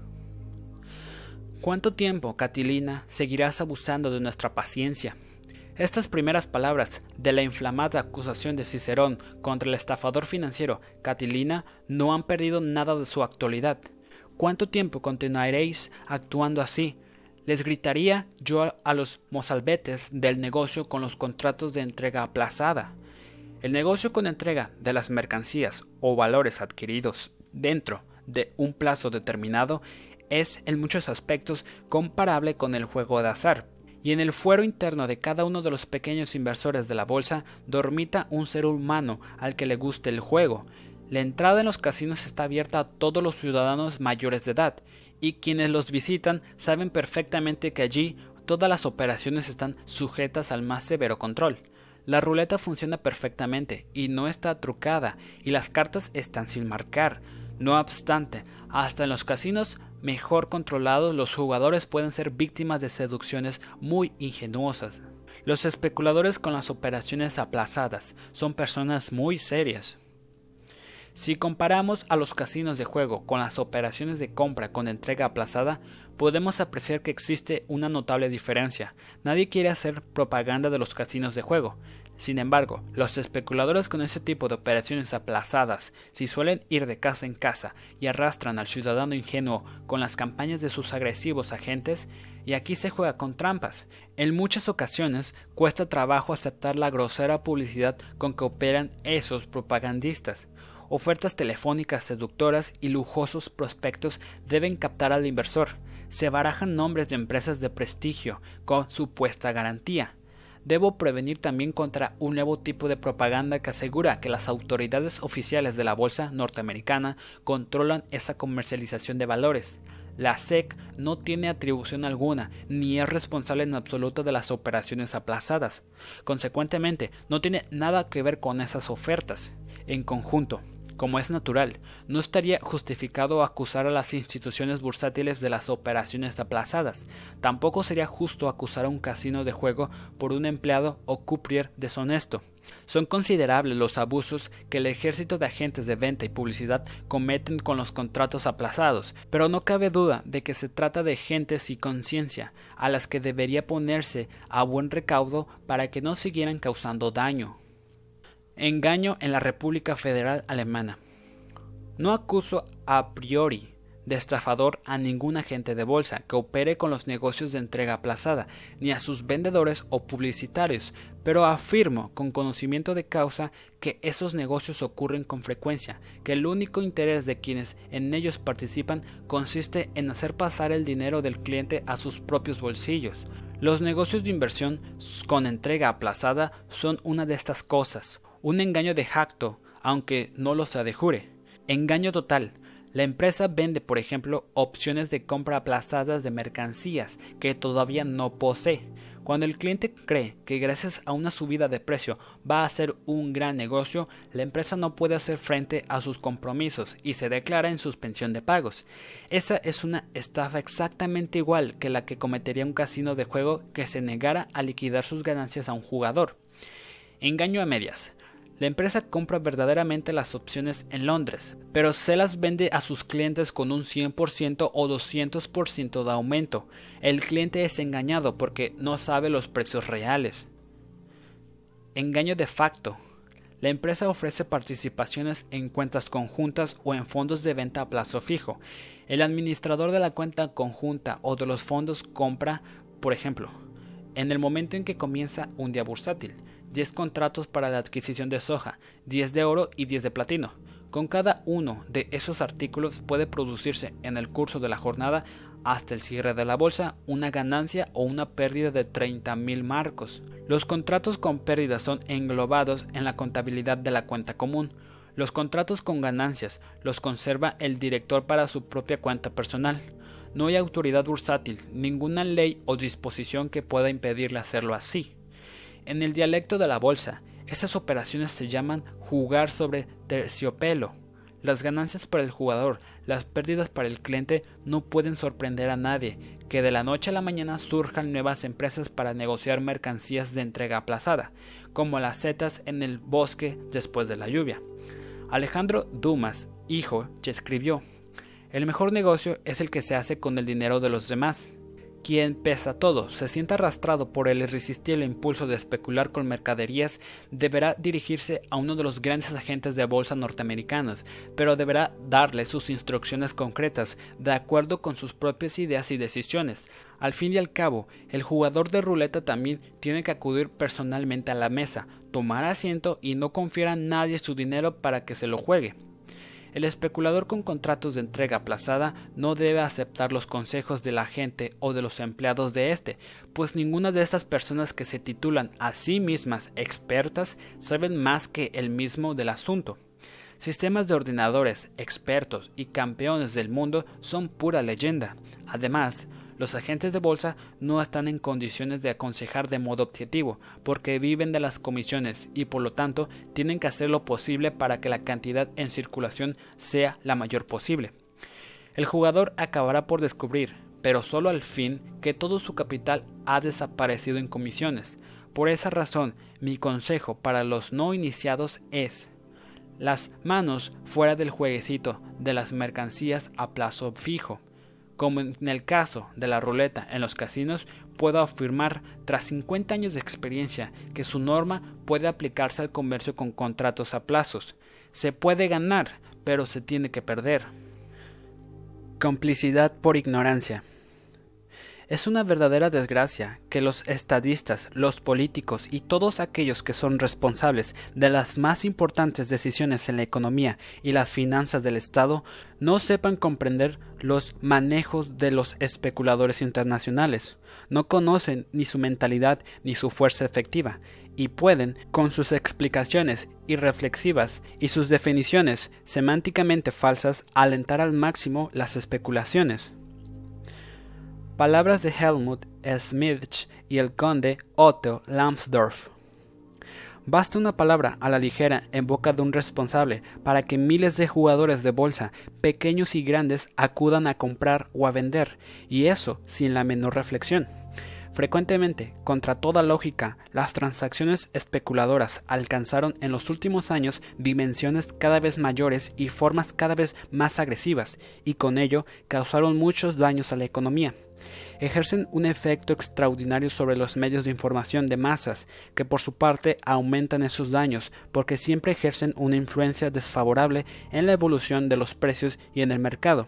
A: ¿Cuánto tiempo, Catilina, seguirás abusando de nuestra paciencia? Estas primeras palabras de la inflamada acusación de Cicerón contra el estafador financiero Catilina no han perdido nada de su actualidad. ¿Cuánto tiempo continuaréis actuando así? Les gritaría yo a los mozalbetes del negocio con los contratos de entrega aplazada. El negocio con entrega de las mercancías o valores adquiridos dentro de un plazo determinado es en muchos aspectos comparable con el juego de azar, y en el fuero interno de cada uno de los pequeños inversores de la bolsa dormita un ser humano al que le guste el juego. La entrada en los casinos está abierta a todos los ciudadanos mayores de edad, y quienes los visitan saben perfectamente que allí todas las operaciones están sujetas al más severo control. La ruleta funciona perfectamente y no está trucada, y las cartas están sin marcar. No obstante, hasta en los casinos mejor controlados los jugadores pueden ser víctimas de seducciones muy ingenuosas. Los especuladores con las operaciones aplazadas son personas muy serias. Si comparamos a los casinos de juego con las operaciones de compra con entrega aplazada, podemos apreciar que existe una notable diferencia. Nadie quiere hacer propaganda de los casinos de juego. Sin embargo, los especuladores con ese tipo de operaciones aplazadas, si suelen ir de casa en casa y arrastran al ciudadano ingenuo con las campañas de sus agresivos agentes, y aquí se juega con trampas. En muchas ocasiones cuesta trabajo aceptar la grosera publicidad con que operan esos propagandistas. Ofertas telefónicas seductoras y lujosos prospectos deben captar al inversor. Se barajan nombres de empresas de prestigio con supuesta garantía. Debo prevenir también contra un nuevo tipo de propaganda que asegura que las autoridades oficiales de la bolsa norteamericana controlan esa comercialización de valores. La SEC no tiene atribución alguna, ni es responsable en absoluto de las operaciones aplazadas. Consecuentemente, no tiene nada que ver con esas ofertas. En conjunto, como es natural, no estaría justificado acusar a las instituciones bursátiles de las operaciones aplazadas. Tampoco sería justo acusar a un casino de juego por un empleado o croupier deshonesto. Son considerables los abusos que el ejército de agentes de venta y publicidad cometen con los contratos aplazados, pero no cabe duda de que se trata de gentes sin conciencia, a las que debería ponerse a buen recaudo para que no siguieran causando daño. Engaño en la República Federal Alemana. No acuso a priori de estafador a ningún agente de bolsa que opere con los negocios de entrega aplazada, ni a sus vendedores o publicitarios, pero afirmo con conocimiento de causa que esos negocios ocurren con frecuencia, que el único interés de quienes en ellos participan consiste en hacer pasar el dinero del cliente a sus propios bolsillos. Los negocios de inversión con entrega aplazada son una de estas cosas, un engaño de facto, aunque no lo sea de jure. Engaño total. La empresa vende, por ejemplo, opciones de compra aplazadas de mercancías que todavía no posee. Cuando el cliente cree que gracias a una subida de precio va a ser un gran negocio, la empresa no puede hacer frente a sus compromisos y se declara en suspensión de pagos. Esa es una estafa exactamente igual que la que cometería un casino de juego que se negara a liquidar sus ganancias a un jugador. Engaño a medias. La empresa compra verdaderamente las opciones en Londres, pero se las vende a sus clientes con un 100% o 200% de aumento. El cliente es engañado porque no sabe los precios reales. Engaño de facto. La empresa ofrece participaciones en cuentas conjuntas o en fondos de venta a plazo fijo. El administrador de la cuenta conjunta o de los fondos compra, por ejemplo, en el momento en que comienza un día bursátil, 10 contratos para la adquisición de soja, 10 de oro y 10 de platino. Con cada uno de esos artículos puede producirse en el curso de la jornada hasta el cierre de la bolsa una ganancia o una pérdida de 30.000 marcos. Los contratos con pérdidas son englobados en la contabilidad de la cuenta común. Los contratos con ganancias los conserva el director para su propia cuenta personal. No hay autoridad bursátil, ninguna ley o disposición que pueda impedirle hacerlo así. En el dialecto de la bolsa, esas operaciones se llaman jugar sobre terciopelo. Las ganancias para el jugador, las pérdidas para el cliente no pueden sorprender a nadie, que de la noche a la mañana surjan nuevas empresas para negociar mercancías de entrega aplazada, como las setas en el bosque después de la lluvia. Alejandro Dumas, hijo, escribió: el mejor negocio es el que se hace con el dinero de los demás. Quien, pese a todo, se sienta arrastrado por el irresistible impulso de especular con mercaderías, deberá dirigirse a uno de los grandes agentes de bolsa norteamericanos, pero deberá darle sus instrucciones concretas, de acuerdo con sus propias ideas y decisiones. Al fin y al cabo, el jugador de ruleta también tiene que acudir personalmente a la mesa, tomar asiento y no confiar a nadie su dinero para que se lo juegue. El especulador con contratos de entrega aplazada no debe aceptar los consejos del agente o de los empleados de este, pues ninguna de estas personas que se titulan a sí mismas expertas saben más que él mismo del asunto. Sistemas de ordenadores, expertos y campeones del mundo son pura leyenda. Además, los agentes de bolsa no están en condiciones de aconsejar de modo objetivo, porque viven de las comisiones y por lo tanto tienen que hacer lo posible para que la cantidad en circulación sea la mayor posible. El jugador acabará por descubrir, pero solo al fin, que todo su capital ha desaparecido en comisiones. Por esa razón, mi consejo para los no iniciados es: las manos fuera del jueguecito de las mercancías a plazo fijo. Como en el caso de la ruleta en los casinos, puedo afirmar, tras 50 años de experiencia, que su norma puede aplicarse al comercio con contratos a plazos. Se puede ganar, pero se tiene que perder. Complicidad por ignorancia. Es una verdadera desgracia que los estadistas, los políticos y todos aquellos que son responsables de las más importantes decisiones en la economía y las finanzas del Estado no sepan comprender los manejos de los especuladores internacionales. No conocen ni su mentalidad ni su fuerza efectiva, y pueden, con sus explicaciones irreflexivas y sus definiciones semánticamente falsas, alentar al máximo las especulaciones. Palabras de Helmut Schmidt y el conde Otto Lambsdorff. Basta una palabra a la ligera en boca de un responsable para que miles de jugadores de bolsa, pequeños y grandes, acudan a comprar o a vender, y eso sin la menor reflexión. Frecuentemente, contra toda lógica, las transacciones especuladoras alcanzaron en los últimos años dimensiones cada vez mayores y formas cada vez más agresivas, y con ello causaron muchos daños a la economía. Ejercen un efecto extraordinario sobre los medios de información de masas, que por su parte aumentan esos daños, porque siempre ejercen una influencia desfavorable en la evolución de los precios y en el mercado.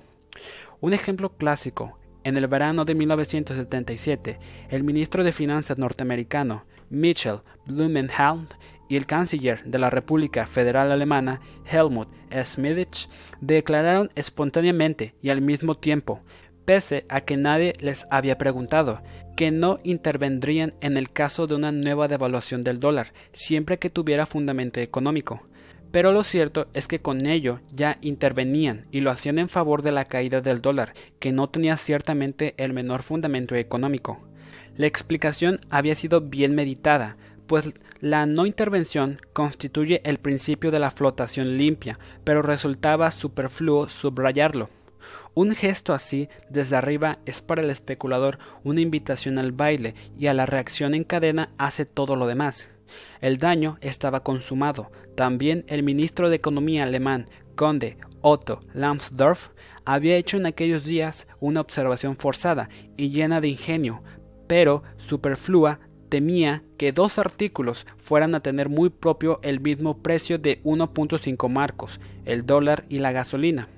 A: Un ejemplo clásico: en el verano de 1977, el ministro de Finanzas norteamericano Michel Blumenthal y el canciller de la República Federal Alemana Helmut Schmidt declararon espontáneamente y al mismo tiempo, pese a que nadie les había preguntado, que no intervendrían en el caso de una nueva devaluación del dólar, siempre que tuviera fundamento económico. Pero lo cierto es que con ello ya intervenían y lo hacían en favor de la caída del dólar, que no tenía ciertamente el menor fundamento económico. La explicación había sido bien meditada, pues la no intervención constituye el principio de la flotación limpia, pero resultaba superfluo subrayarlo. Un gesto así desde arriba es para el especulador una invitación al baile, y a la reacción en cadena hace todo lo demás. El daño estaba consumado. También el ministro de Economía alemán, conde Otto Lambsdorff, había hecho en aquellos días una observación forzada y llena de ingenio, pero superflua. Temía que dos artículos fueran a tener muy propio el mismo precio de 1.5 marcos, el dólar y la gasolina.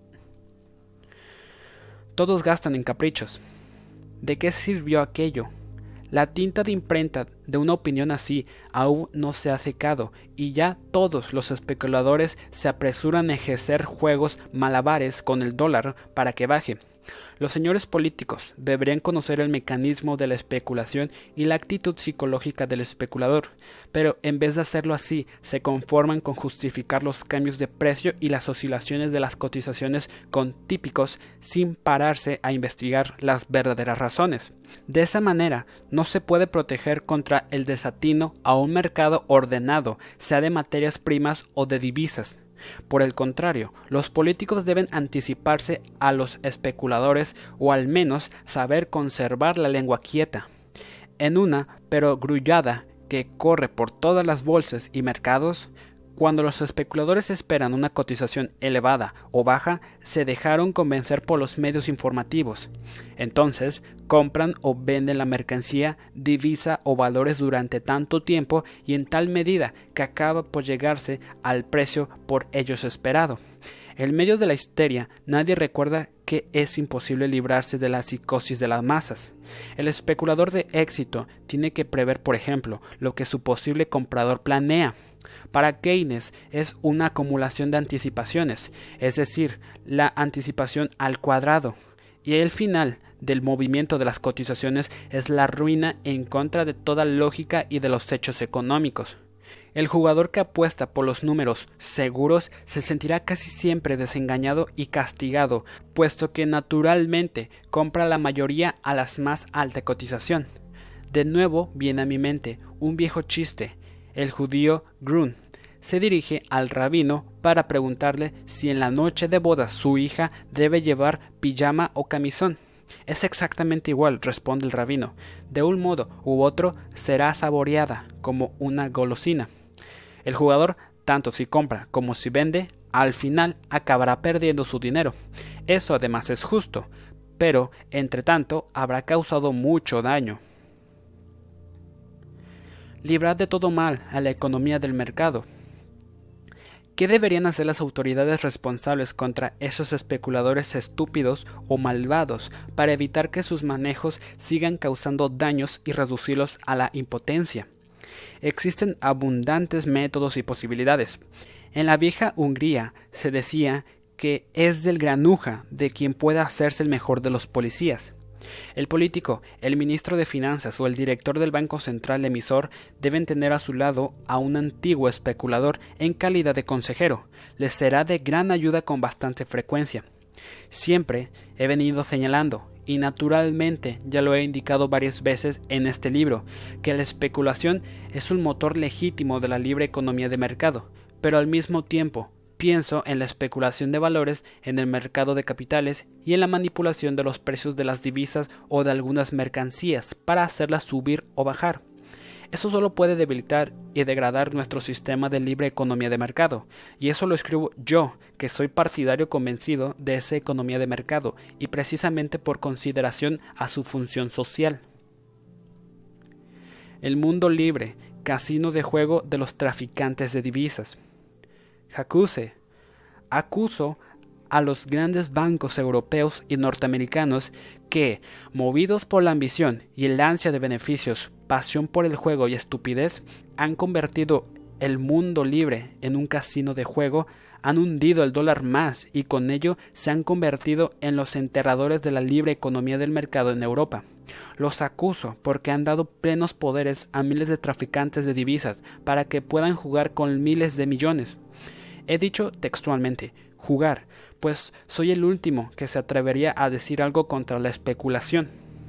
A: Todos gastan en caprichos. ¿De qué sirvió aquello? La tinta de imprenta de una opinión así aún no se ha secado, y ya todos los especuladores se apresuran a ejercer juegos malabares con el dólar para que baje. Los señores políticos deberían conocer el mecanismo de la especulación y la actitud psicológica del especulador, pero en vez de hacerlo así, se conforman con justificar los cambios de precio y las oscilaciones de las cotizaciones con típicos, sin pararse a investigar las verdaderas razones. De esa manera, no se puede proteger contra el desatino a un mercado ordenado, sea de materias primas o de divisas. Por el contrario, los políticos deben anticiparse a los especuladores, o al menos saber conservar la lengua quieta. En una perogrullada que corre por todas las bolsas y mercados, cuando los especuladores esperan una cotización elevada o baja, se dejaron convencer por los medios informativos. Entonces, compran o venden la mercancía, divisa o valores durante tanto tiempo y en tal medida que acaba por llegarse al precio por ellos esperado. En medio de la histeria, nadie recuerda que es imposible librarse de la psicosis de las masas. El especulador de éxito tiene que prever, por ejemplo, lo que su posible comprador planea. Para Keynes es una acumulación de anticipaciones, es decir, la anticipación al cuadrado, y el final del movimiento de las cotizaciones es la ruina en contra de toda lógica y de los hechos económicos. El jugador que apuesta por los números seguros se sentirá casi siempre desengañado y castigado, puesto que naturalmente compra la mayoría a la más alta cotización. De nuevo viene a mi mente un viejo chiste. El judío Grun se dirige al rabino para preguntarle si en la noche de bodas su hija debe llevar pijama o camisón. Es exactamente igual, responde el rabino. De un modo u otro será saboreada como una golosina. El jugador, tanto si compra como si vende, al final acabará perdiendo su dinero. Eso además es justo, pero entre tanto habrá causado mucho daño. Librad de todo mal a la economía del mercado. ¿Qué deberían hacer las autoridades responsables contra esos especuladores estúpidos o malvados para evitar que sus manejos sigan causando daños y reducirlos a la impotencia? Existen abundantes métodos y posibilidades. En la vieja Hungría se decía que es del granuja de quien pueda hacerse el mejor de los policías. El político, el ministro de Finanzas o el director del Banco Central emisor deben tener a su lado a un antiguo especulador en calidad de consejero. Les será de gran ayuda con bastante frecuencia. Siempre he venido señalando, y naturalmente ya lo he indicado varias veces en este libro, que la especulación es un motor legítimo de la libre economía de mercado, pero al mismo tiempo pienso en la especulación de valores en el mercado de capitales y en la manipulación de los precios de las divisas o de algunas mercancías para hacerlas subir o bajar. Eso solo puede debilitar y degradar nuestro sistema de libre economía de mercado, y eso lo escribo yo, que soy partidario convencido de esa economía de mercado, y precisamente por consideración a su función social. El mundo libre, casino de juego de los traficantes de divisas. Acuso a los grandes bancos europeos y norteamericanos que, movidos por la ambición y el ansia de beneficios, pasión por el juego y estupidez, han convertido el mundo libre en un casino de juego, han hundido el dólar más y con ello se han convertido en los enterradores de la libre economía del mercado en Europa. Los acuso porque han dado plenos poderes a miles de traficantes de divisas para que puedan jugar con miles de millones. He dicho textualmente, jugar, pues soy el último que se atrevería a decir algo contra la especulación.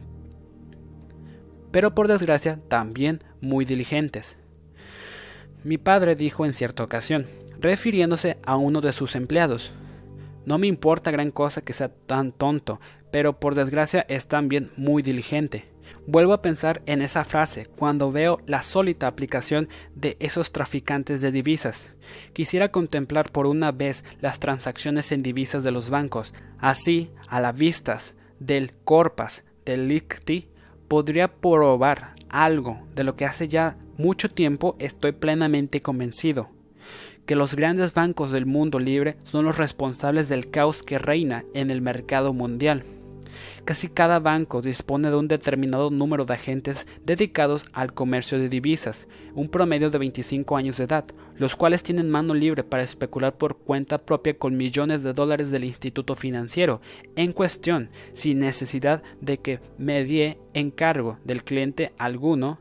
A: Pero por desgracia también muy diligentes. Mi padre dijo en cierta ocasión, refiriéndose a uno de sus empleados: no me importa gran cosa que sea tan tonto, pero por desgracia es también muy diligente. Vuelvo a pensar en esa frase cuando veo la sólita aplicación de esos traficantes de divisas. Quisiera contemplar por una vez las transacciones en divisas de los bancos. Así, a la vista del Corpas, del Lichti, podría probar algo de lo que hace ya mucho tiempo estoy plenamente convencido: que los grandes bancos del mundo libre son los responsables del caos que reina en el mercado mundial. Casi cada banco dispone de un determinado número de agentes dedicados al comercio de divisas, un promedio de 25 años de edad, los cuales tienen mano libre para especular por cuenta propia con millones de dólares del instituto financiero en cuestión, sin necesidad de que medie encargo del cliente alguno,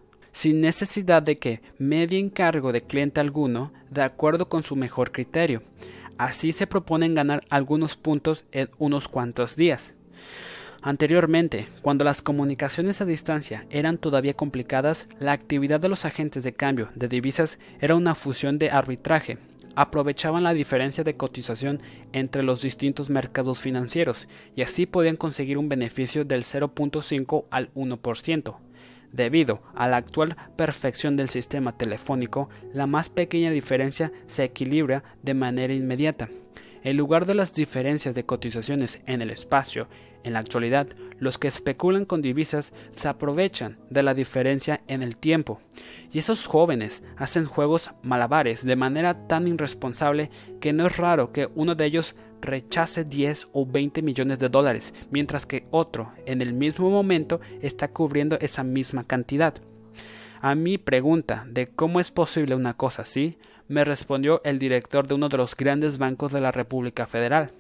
A: de acuerdo con su mejor criterio. Así se proponen ganar algunos puntos en unos cuantos días. Anteriormente, cuando las comunicaciones a distancia eran todavía complicadas, la actividad de los agentes de cambio de divisas era una fusión de arbitraje. Aprovechaban la diferencia de cotización entre los distintos mercados financieros y así podían conseguir un beneficio del 0.5 al 1%. Debido a la actual perfección del sistema telefónico, la más pequeña diferencia se equilibra de manera inmediata. En lugar de las diferencias de cotizaciones en el espacio, en la actualidad, los que especulan con divisas se aprovechan de la diferencia en el tiempo, y esos jóvenes hacen juegos malabares de manera tan irresponsable que no es raro que uno de ellos rechace 10 o 20 millones de dólares, mientras que otro, en el mismo momento, está cubriendo esa misma cantidad. A mi pregunta de cómo es posible una cosa así, me respondió el director de uno de los grandes bancos de la República Federal.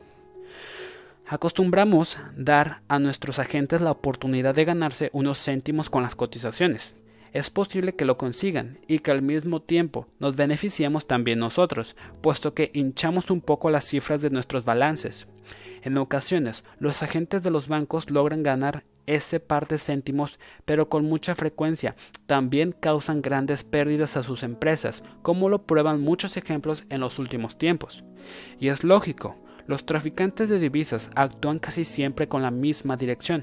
A: Acostumbramos dar a nuestros agentes la oportunidad de ganarse unos céntimos con las cotizaciones. Es posible que lo consigan y que al mismo tiempo nos beneficiemos también nosotros, puesto que hinchamos un poco las cifras de nuestros balances. En ocasiones, los agentes de los bancos logran ganar ese par de céntimos, pero con mucha frecuencia también causan grandes pérdidas a sus empresas, como lo prueban muchos ejemplos en los últimos tiempos. Y es lógico, los traficantes de divisas actúan casi siempre con la misma dirección.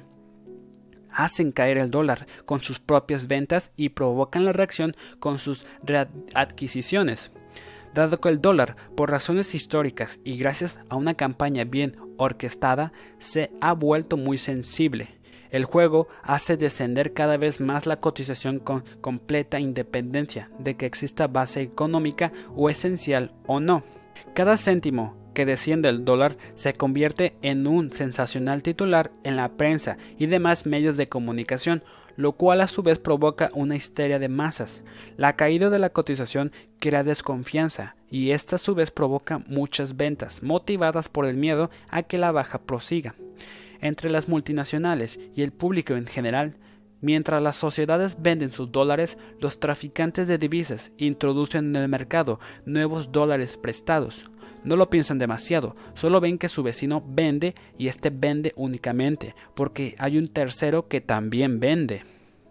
A: Hacen caer el dólar con sus propias ventas y provocan la reacción con sus readquisiciones. Dado que el dólar, por razones históricas y gracias a una campaña bien orquestada, se ha vuelto muy sensible, el juego hace descender cada vez más la cotización con completa independencia de que exista base económica o esencial o no. Cada céntimo que desciende el dólar se convierte en un sensacional titular en la prensa y demás medios de comunicación, lo cual a su vez provoca una histeria de masas. La caída de la cotización crea desconfianza y esta a su vez provoca muchas ventas, motivadas por el miedo a que la baja prosiga. Entre las multinacionales y el público en general, mientras las sociedades venden sus dólares, los traficantes de divisas introducen en el mercado nuevos dólares prestados. No lo piensan demasiado, solo ven que su vecino vende y este vende únicamente, porque hay un tercero que también vende.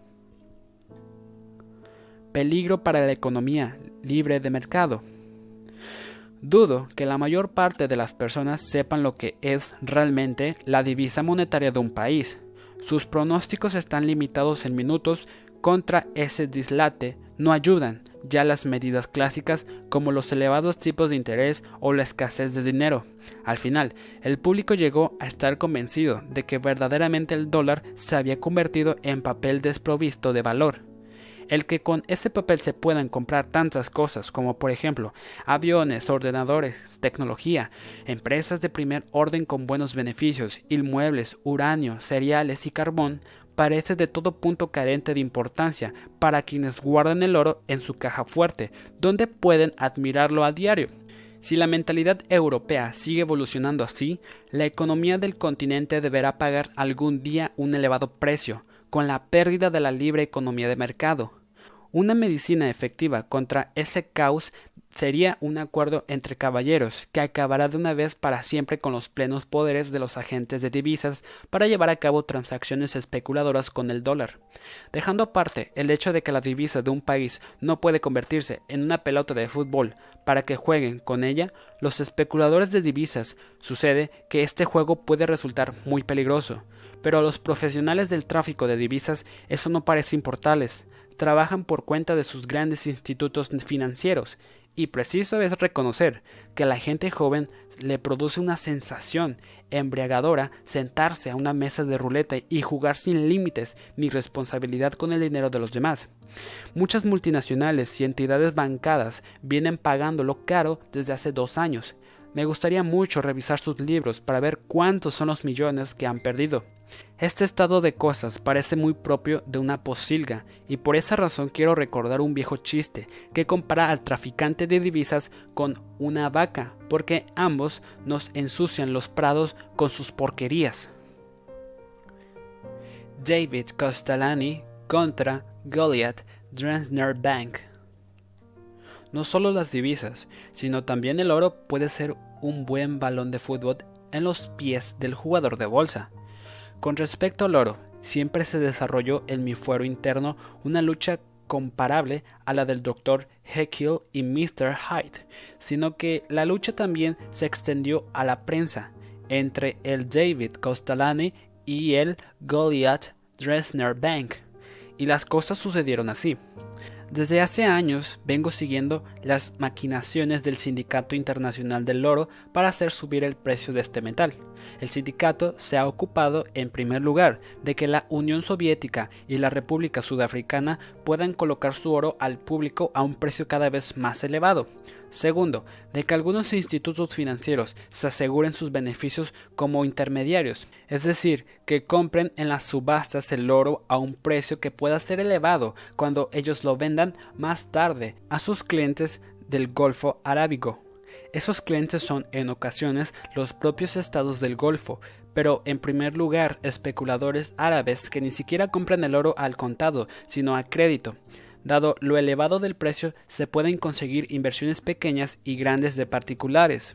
A: Peligro para la economía libre de mercado. Dudo que la mayor parte de las personas sepan lo que es realmente la divisa monetaria de un país. Sus pronósticos están limitados en minutos. Contra ese dislate no ayudan ya las medidas clásicas como los elevados tipos de interés o la escasez de dinero. Al final, el público llegó a estar convencido de que verdaderamente el dólar se había convertido en papel desprovisto de valor. El que con ese papel se puedan comprar tantas cosas como por ejemplo aviones, ordenadores, tecnología, empresas de primer orden con buenos beneficios, inmuebles, uranio, cereales y carbón, parece de todo punto carente de importancia para quienes guardan el oro en su caja fuerte, donde pueden admirarlo a diario. Si la mentalidad europea sigue evolucionando así, la economía del continente deberá pagar algún día un elevado precio, con la pérdida de la libre economía de mercado. Una medicina efectiva contra ese caos sería un acuerdo entre caballeros que acabará de una vez para siempre con los plenos poderes de los agentes de divisas para llevar a cabo transacciones especuladoras con el dólar. Dejando aparte el hecho de que la divisa de un país no puede convertirse en una pelota de fútbol para que jueguen con ella, los especuladores de divisas sucede que este juego puede resultar muy peligroso, pero a los profesionales del tráfico de divisas eso no parece importarles. Trabajan por cuenta de sus grandes institutos financieros, y preciso es reconocer que a la gente joven le produce una sensación embriagadora sentarse a una mesa de ruleta y jugar sin límites ni responsabilidad con el dinero de los demás. Muchas multinacionales y entidades bancadas vienen pagándolo caro desde hace 2 años. Me gustaría mucho revisar sus libros para ver cuántos son los millones que han perdido. Este estado de cosas parece muy propio de una pocilga, y por esa razón quiero recordar un viejo chiste que compara al traficante de divisas con una vaca, porque ambos nos ensucian los prados con sus porquerías. David Kostalany contra Goliath Dresdner Bank. No solo las divisas, sino también el oro puede ser un buen balón de fútbol en los pies del jugador de bolsa. Con respecto al oro, siempre se desarrolló en mi fuero interno una lucha comparable a la del Dr. Jekyll y Mr. Hyde, sino que la lucha también se extendió a la prensa entre el David Kostalany y el Goliath Dresdner Bank, y las cosas sucedieron así. Desde hace años vengo siguiendo las maquinaciones del Sindicato Internacional del Oro para hacer subir el precio de este metal. El sindicato se ha ocupado, en primer lugar, de que la Unión Soviética y la República Sudafricana puedan colocar su oro al público a un precio cada vez más elevado. Segundo, de que algunos institutos financieros se aseguren sus beneficios como intermediarios, es decir, que compren en las subastas el oro a un precio que pueda ser elevado cuando ellos lo vendan más tarde a sus clientes del Golfo Arábigo. Esos clientes son en ocasiones los propios estados del Golfo, pero en primer lugar especuladores árabes que ni siquiera compran el oro al contado, sino a crédito. Dado lo elevado del precio, se pueden conseguir inversiones pequeñas y grandes de particulares.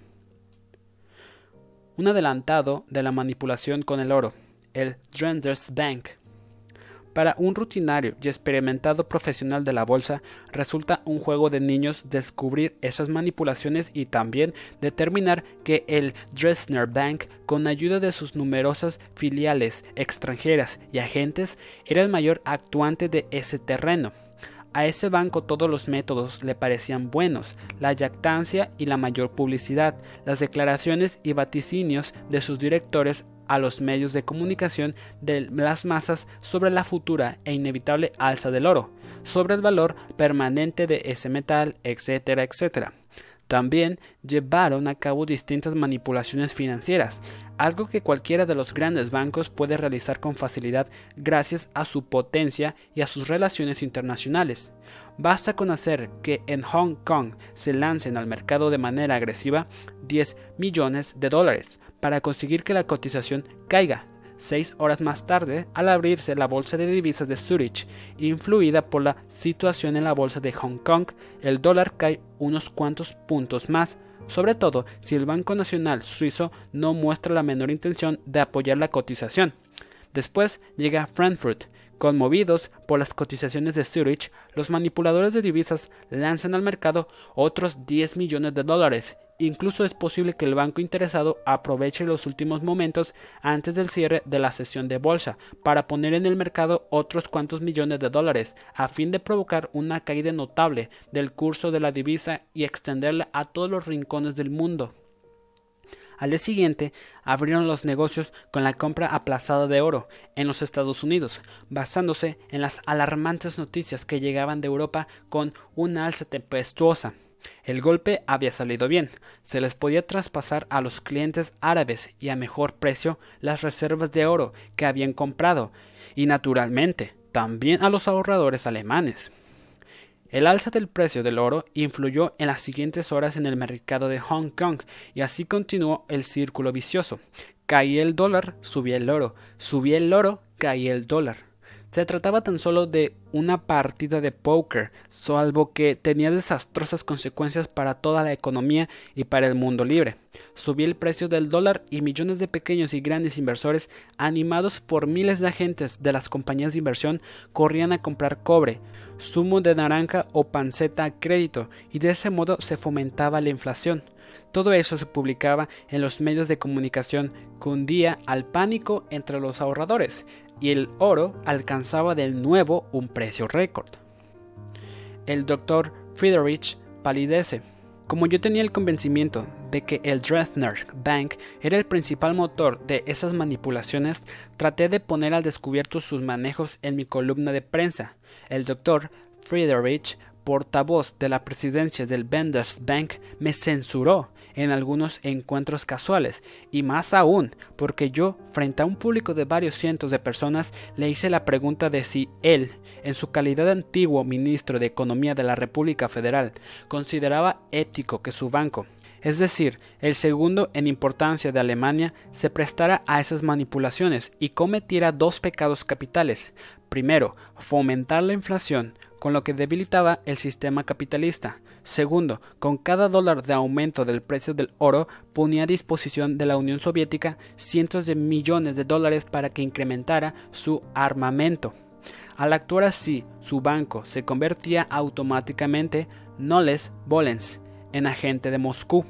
A: Un adelantado de la manipulación con el oro, el Dresdner Bank. Para un rutinario y experimentado profesional de la bolsa, resulta un juego de niños descubrir esas manipulaciones y también determinar que el Dresdner Bank, con ayuda de sus numerosas filiales extranjeras y agentes, era el mayor actuante de ese terreno. A ese banco todos los métodos le parecían buenos, la jactancia y la mayor publicidad, las declaraciones y vaticinios de sus directores a los medios de comunicación de las masas sobre la futura e inevitable alza del oro, sobre el valor permanente de ese metal, etcétera, etcétera. También llevaron a cabo distintas manipulaciones financieras, algo que cualquiera de los grandes bancos puede realizar con facilidad gracias a su potencia y a sus relaciones internacionales. Basta con hacer que en Hong Kong se lancen al mercado de manera agresiva 10 millones de dólares para conseguir que la cotización caiga 6 horas más tarde al abrirse la bolsa de divisas de Zurich. Influida por la situación en la bolsa de Hong Kong, el dólar cae unos cuantos puntos más, sobre todo si el Banco Nacional Suizo no muestra la menor intención de apoyar la cotización. Después llega Frankfurt. Conmovidos por las cotizaciones de Zurich, los manipuladores de divisas lanzan al mercado otros 10 millones de dólares. Incluso es posible que el banco interesado aproveche los últimos momentos antes del cierre de la sesión de bolsa para poner en el mercado otros cuantos millones de dólares a fin de provocar una caída notable del curso de la divisa y extenderla a todos los rincones del mundo. Al día siguiente, abrieron los negocios con la compra aplazada de oro en los Estados Unidos, basándose en las alarmantes noticias que llegaban de Europa con una alza tempestuosa. El golpe había salido bien, se les podía traspasar a los clientes árabes y a mejor precio las reservas de oro que habían comprado, y naturalmente también a los ahorradores alemanes. El alza del precio del oro influyó en las siguientes horas en el mercado de Hong Kong y así continuó el círculo vicioso. Caía el dólar, subía el oro, subía el oro, caía el dólar. Se trataba tan solo de una partida de póker, salvo que tenía desastrosas consecuencias para toda la economía y para el mundo libre. Subía el precio del dólar y millones de pequeños y grandes inversores, animados por miles de agentes de las compañías de inversión, corrían a comprar cobre, zumo de naranja o panceta a crédito, y de ese modo se fomentaba la inflación. Todo eso se publicaba en los medios de comunicación, cundía al pánico entre los ahorradores, y el oro alcanzaba de nuevo un precio récord. El Dr. Friedrich palidece. Como yo tenía el convencimiento de que el Dresdner Bank era el principal motor de esas manipulaciones, traté de poner al descubierto sus manejos en mi columna de prensa. El Dr. Friedrich, portavoz de la presidencia del Bundesbank, me censuró en algunos encuentros casuales, y más aún, porque yo, frente a un público de varios cientos de personas, le hice la pregunta de si él, en su calidad de antiguo ministro de Economía de la República Federal, consideraba ético que su banco, es decir, el segundo en importancia de Alemania, se prestara a esas manipulaciones y cometiera dos pecados capitales. Primero, fomentar la inflación, con lo que debilitaba el sistema capitalista. Segundo, con cada dólar de aumento del precio del oro, ponía a disposición de la Unión Soviética cientos de millones de dólares para que incrementara su armamento. Al actuar así, su banco se convertía automáticamente, nolens volens, en agente de Moscú.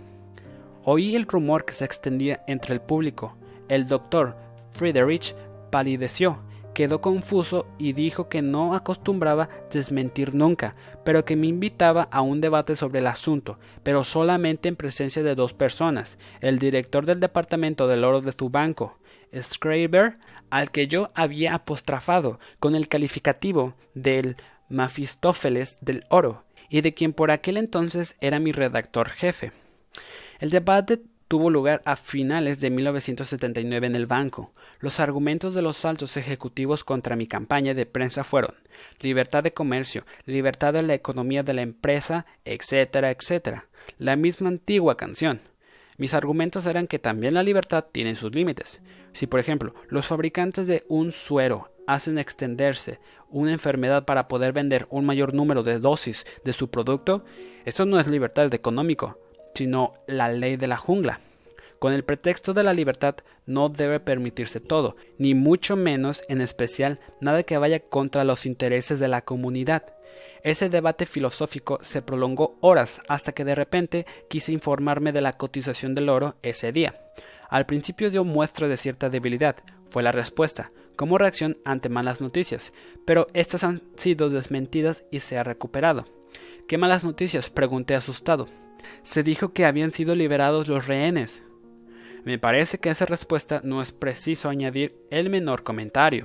A: Oí el rumor que se extendía entre el público. El doctor Friedrich palideció, quedó confuso y dijo que no acostumbraba desmentir nunca, pero que me invitaba a un debate sobre el asunto, pero solamente en presencia de dos personas, el director del departamento del oro de su banco, Schreiber, al que yo había apostrofado con el calificativo del Mefistófeles del oro, y de quien por aquel entonces era mi redactor jefe. El debate tuvo lugar a finales de 1979 en el banco. Los argumentos de los altos ejecutivos contra mi campaña de prensa fueron libertad de comercio, libertad de la economía de la empresa, etcétera, etcétera. La misma antigua canción. Mis argumentos eran que también la libertad tiene sus límites. Si, por ejemplo, los fabricantes de un suero hacen extenderse una enfermedad para poder vender un mayor número de dosis de su producto, eso no es libertad económico, sino la ley de la jungla. Con el pretexto de la libertad no debe permitirse todo, ni mucho menos, en especial, nada que vaya contra los intereses de la comunidad. Ese debate filosófico se prolongó horas hasta que de repente quise informarme de la cotización del oro ese día. Al principio dio muestra de cierta debilidad, fue la respuesta, como reacción ante malas noticias, pero estas han sido desmentidas y se ha recuperado. ¿Qué malas noticias?, pregunté asustado. Se dijo que habían sido liberados los rehenes. Me parece que a esa respuesta no es preciso añadir el menor comentario.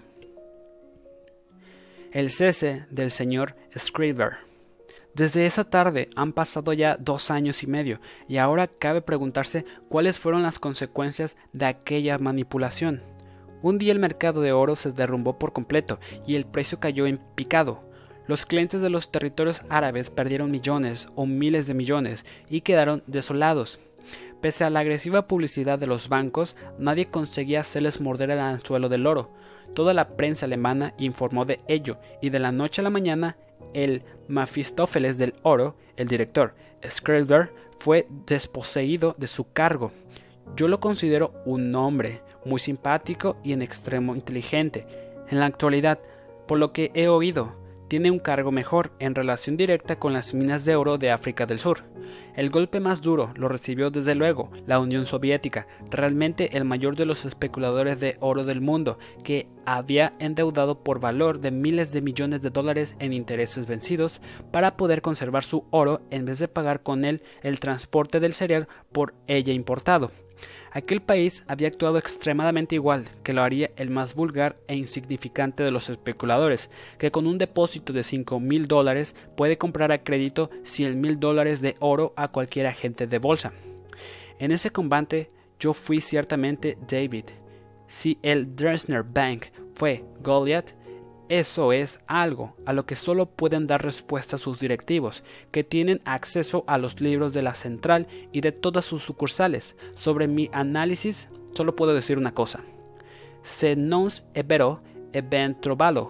A: El cese del señor Schreiber. Desde esa tarde han pasado ya 2 años y medio, y ahora cabe preguntarse cuáles fueron las consecuencias de aquella manipulación. Un día el mercado de oro se derrumbó por completo y el precio cayó en picado. Los clientes de los territorios árabes perdieron millones o miles de millones y quedaron desolados. Pese a la agresiva publicidad de los bancos, nadie conseguía hacerles morder el anzuelo del oro. Toda la prensa alemana informó de ello, y de la noche a la mañana, el Mefistófeles del oro, el director Schreiber, fue desposeído de su cargo. Yo lo considero un hombre muy simpático y en extremo inteligente. En la actualidad, por lo que he oído, tiene un cargo mejor en relación directa con las minas de oro de África del Sur. El golpe más duro lo recibió desde luego la Unión Soviética, realmente el mayor de los especuladores de oro del mundo, que había endeudado por valor de miles de millones de dólares en intereses vencidos para poder conservar su oro en vez de pagar con él el transporte del cereal por ella importado. Aquel país había actuado extremadamente igual que lo haría el más vulgar e insignificante de los especuladores, que con un depósito de $5,000 puede comprar a crédito $100,000 de oro a cualquier agente de bolsa. En ese combate yo fui ciertamente David. Si el Dresdner Bank fue Goliath, eso es algo a lo que solo pueden dar respuesta sus directivos, que tienen acceso a los libros de la central y de todas sus sucursales. Sobre mi análisis, solo puedo decir una cosa. Se nos è vero e ben trovato.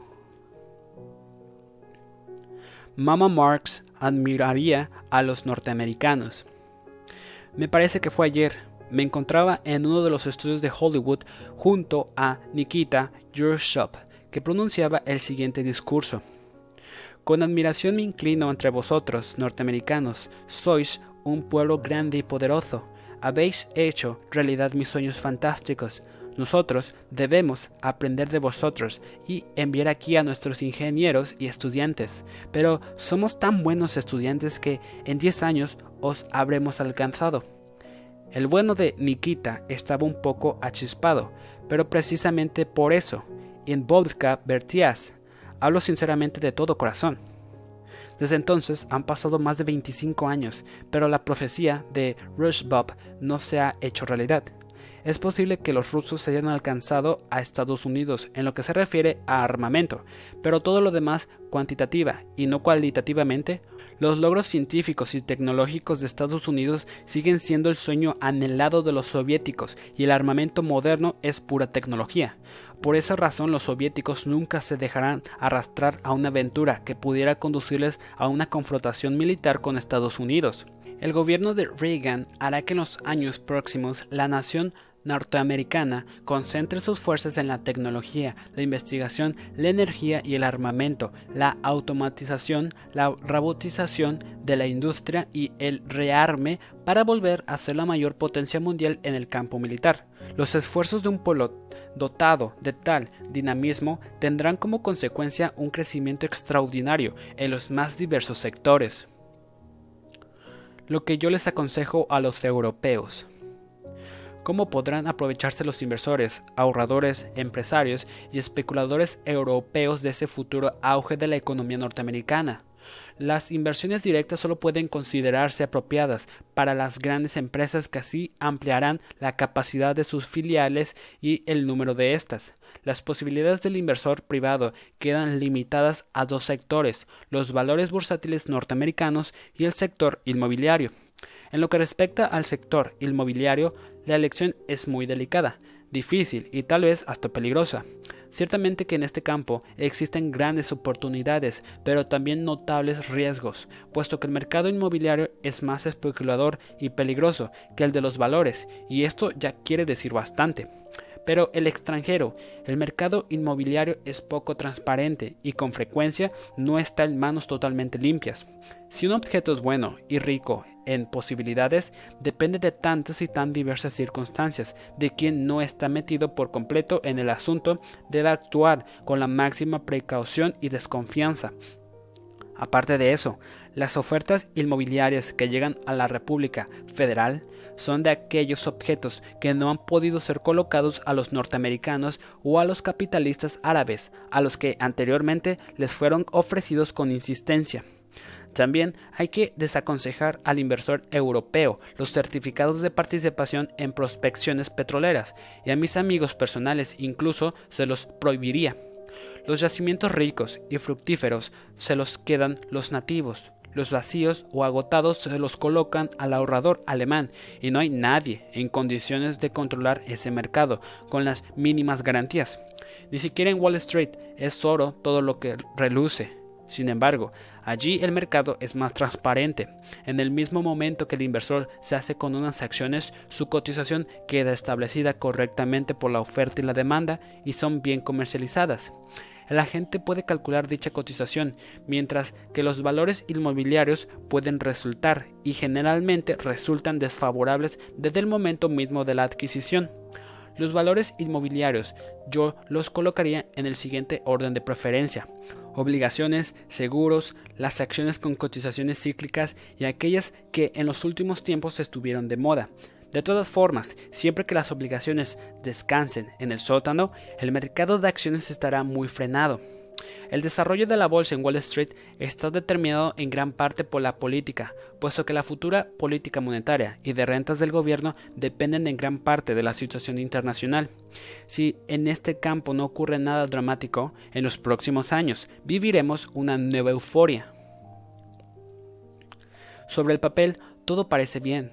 A: Mama Marx admiraría a los norteamericanos. Me parece que fue ayer. Me encontraba en uno de los estudios de Hollywood junto a Nikita Khrushchev, que pronunciaba el siguiente discurso. Con admiración me inclino entre vosotros, norteamericanos. Sois un pueblo grande y poderoso. Habéis hecho realidad mis sueños fantásticos. Nosotros debemos aprender de vosotros y enviar aquí a nuestros ingenieros y estudiantes. Pero somos tan buenos estudiantes que en 10 años os habremos alcanzado. El bueno de Nikita estaba un poco achispado, pero precisamente por eso, en vodka vertías. Hablo sinceramente de todo corazón. Desde entonces han pasado más de 25 años, pero la profecía de Khrushchev no se ha hecho realidad. Es posible que los rusos se hayan alcanzado a Estados Unidos en lo que se refiere a armamento, pero todo lo demás cuantitativa y no cualitativamente. Los logros científicos y tecnológicos de Estados Unidos siguen siendo el sueño anhelado de los soviéticos y el armamento moderno es pura tecnología. Por esa razón los soviéticos nunca se dejarán arrastrar a una aventura que pudiera conducirles a una confrontación militar con Estados Unidos. El gobierno de Reagan hará que en los años próximos la nación norteamericana concentre sus fuerzas en la tecnología, la investigación, la energía y el armamento, la automatización, la robotización de la industria y el rearme para volver a ser la mayor potencia mundial en el campo militar. Los esfuerzos de un pueblo dotado de tal dinamismo tendrán como consecuencia un crecimiento extraordinario en los más diversos sectores. Lo que yo les aconsejo a los europeos. ¿Cómo podrán aprovecharse los inversores, ahorradores, empresarios y especuladores europeos de ese futuro auge de la economía norteamericana? Las inversiones directas solo pueden considerarse apropiadas para las grandes empresas que así ampliarán la capacidad de sus filiales y el número de estas. Las posibilidades del inversor privado quedan limitadas a dos sectores, los valores bursátiles norteamericanos y el sector inmobiliario. En lo que respecta al sector inmobiliario, la elección es muy delicada, difícil y tal vez hasta peligrosa. Ciertamente que en este campo existen grandes oportunidades, pero también notables riesgos, puesto que el mercado inmobiliario es más especulador y peligroso que el de los valores, y esto ya quiere decir bastante. Pero el extranjero, el mercado inmobiliario es poco transparente y con frecuencia no está en manos totalmente limpias. Si un objeto es bueno y rico en posibilidades, depende de tantas y tan diversas circunstancias, de quien no está metido por completo en el asunto debe actuar con la máxima precaución y desconfianza. Aparte de eso, las ofertas inmobiliarias que llegan a la República Federal son de aquellos objetos que no han podido ser colocados a los norteamericanos o a los capitalistas árabes, a los que anteriormente les fueron ofrecidos con insistencia. También hay que desaconsejar al inversor europeo los certificados de participación en prospecciones petroleras, y a mis amigos personales incluso se los prohibiría. Los yacimientos ricos y fructíferos se los quedan los nativos, los vacíos o agotados se los colocan al ahorrador alemán, y no hay nadie en condiciones de controlar ese mercado con las mínimas garantías. Ni siquiera en Wall Street es oro todo lo que reluce. Sin embargo, allí el mercado es más transparente. En el mismo momento que el inversor se hace con unas acciones, su cotización queda establecida correctamente por la oferta y la demanda y son bien comercializadas. El agente puede calcular dicha cotización, mientras que los valores inmobiliarios pueden resultar y generalmente resultan desfavorables desde el momento mismo de la adquisición. Los valores inmobiliarios yo los colocaría en el siguiente orden de preferencia: obligaciones, seguros, las acciones con cotizaciones cíclicas y aquellas que en los últimos tiempos estuvieron de moda. De todas formas, siempre que las obligaciones descansen en el sótano, el mercado de acciones estará muy frenado. El desarrollo de la bolsa en Wall Street está determinado en gran parte por la política, puesto que la futura política monetaria y de rentas del gobierno dependen en gran parte de la situación internacional. Si en este campo no ocurre nada dramático, en los próximos años viviremos una nueva euforia. Sobre el papel, todo parece bien.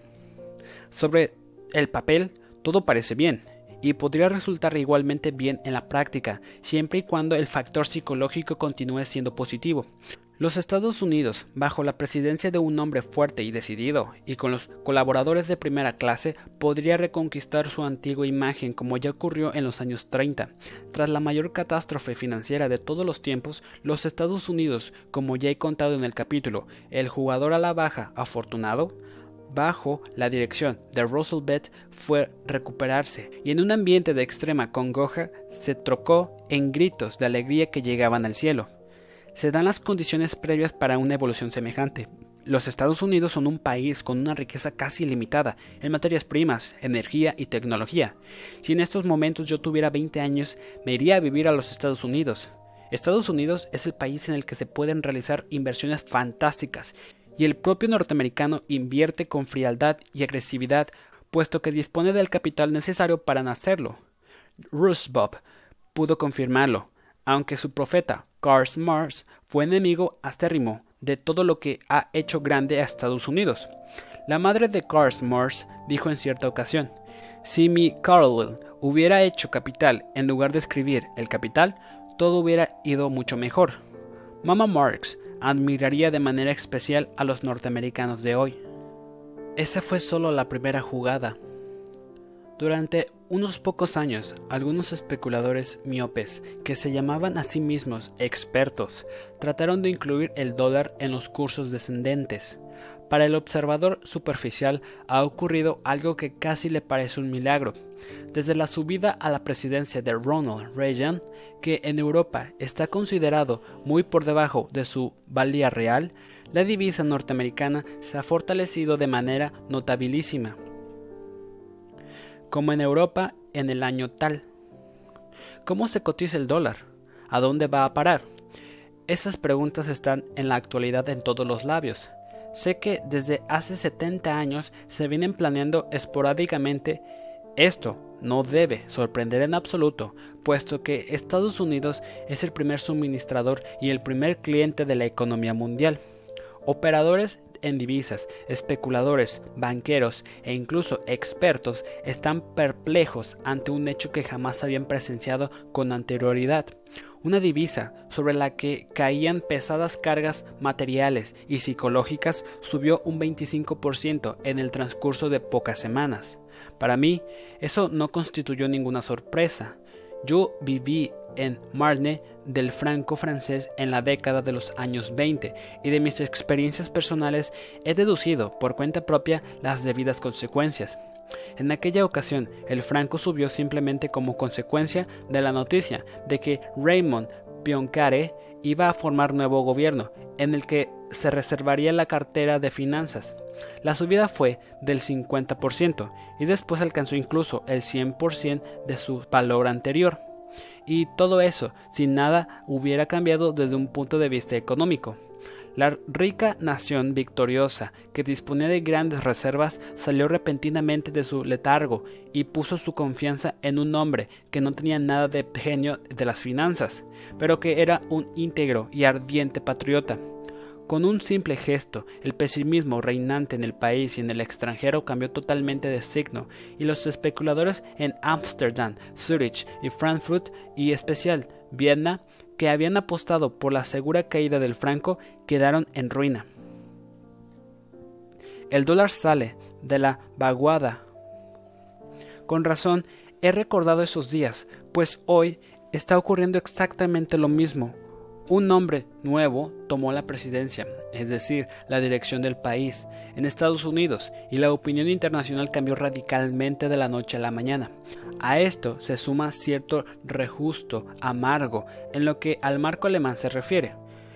A: Y podría resultar igualmente bien en la práctica, siempre y cuando el factor psicológico continúe siendo positivo. Los Estados Unidos, bajo la presidencia de un hombre fuerte y decidido, y con los colaboradores de primera clase, podría reconquistar su antigua imagen como ya ocurrió en los años 30. Tras la mayor catástrofe financiera de todos los tiempos, los Estados Unidos, como ya he contado en el capítulo, el jugador a la baja afortunado, bajo la dirección de Roosevelt fue recuperarse, y en un ambiente de extrema congoja se trocó en gritos de alegría que llegaban al cielo. Se dan las condiciones previas para una evolución semejante. Los Estados Unidos son un país con una riqueza casi ilimitada en materias primas, energía y tecnología. Si en estos momentos yo tuviera 20 años, me iría a vivir a los Estados Unidos. Estados Unidos es el país en el que se pueden realizar inversiones fantásticas, y el propio norteamericano invierte con frialdad y agresividad, puesto que dispone del capital necesario para hacerlo. Roosevelt pudo confirmarlo, aunque su profeta Karl Marx fue enemigo acérrimo de todo lo que ha hecho grande a Estados Unidos. La madre de Karl Marx dijo en cierta ocasión: si mi Carlyle hubiera hecho capital en lugar de escribir El Capital, todo hubiera ido mucho mejor. Mama Marx admiraría de manera especial a los norteamericanos de hoy. Esa fue solo la primera jugada. Durante unos pocos años, algunos especuladores miopes, que se llamaban a sí mismos expertos, trataron de incluir el dólar en los cursos descendentes. Para el observador superficial ha ocurrido algo que casi le parece un milagro. Desde la subida a la presidencia de Ronald Reagan, que en Europa está considerado muy por debajo de su valía real, la divisa norteamericana se ha fortalecido de manera notabilísima, como en Europa en el año tal. ¿Cómo se cotiza el dólar? ¿A dónde va a parar? Esas preguntas están en la actualidad en todos los labios. Sé que desde hace 70 años se vienen planeando esporádicamente. Esto no debe sorprender en absoluto, puesto que Estados Unidos es el primer suministrador y el primer cliente de la economía mundial. Operadores en divisas, especuladores, banqueros e incluso expertos están perplejos ante un hecho que jamás habían presenciado con anterioridad. Una divisa sobre la que caían pesadas cargas materiales y psicológicas subió un 25% en el transcurso de pocas semanas. Para mí, eso no constituyó ninguna sorpresa. Yo viví en Marne del franco francés en la década de los años 20 y de mis experiencias personales he deducido por cuenta propia las debidas consecuencias. En aquella ocasión, el franco subió simplemente como consecuencia de la noticia de que Raymond Poincaré iba a formar nuevo gobierno, en el que se reservaría la cartera de finanzas. La subida fue del 50% y después alcanzó incluso el 100% de su valor anterior. Y todo eso sin nada hubiera cambiado desde un punto de vista económico. La rica nación victoriosa, que disponía de grandes reservas, salió repentinamente de su letargo y puso su confianza en un hombre que no tenía nada de genio de las finanzas, pero que era un íntegro y ardiente patriota. Con un simple gesto, el pesimismo reinante en el país y en el extranjero cambió totalmente de signo, y los especuladores en Ámsterdam, Zúrich y Frankfurt, y especial Viena, que habían apostado por la segura caída del franco, quedaron en ruina. El dólar sale de la vaguada. Con razón, he recordado esos días, pues hoy está ocurriendo exactamente lo mismo. Un hombre nuevo tomó la presidencia, es decir, la dirección del país, en Estados Unidos, y la opinión internacional cambió radicalmente de la noche a la mañana. A esto se suma cierto regusto amargo en lo que al marco alemán se refiere.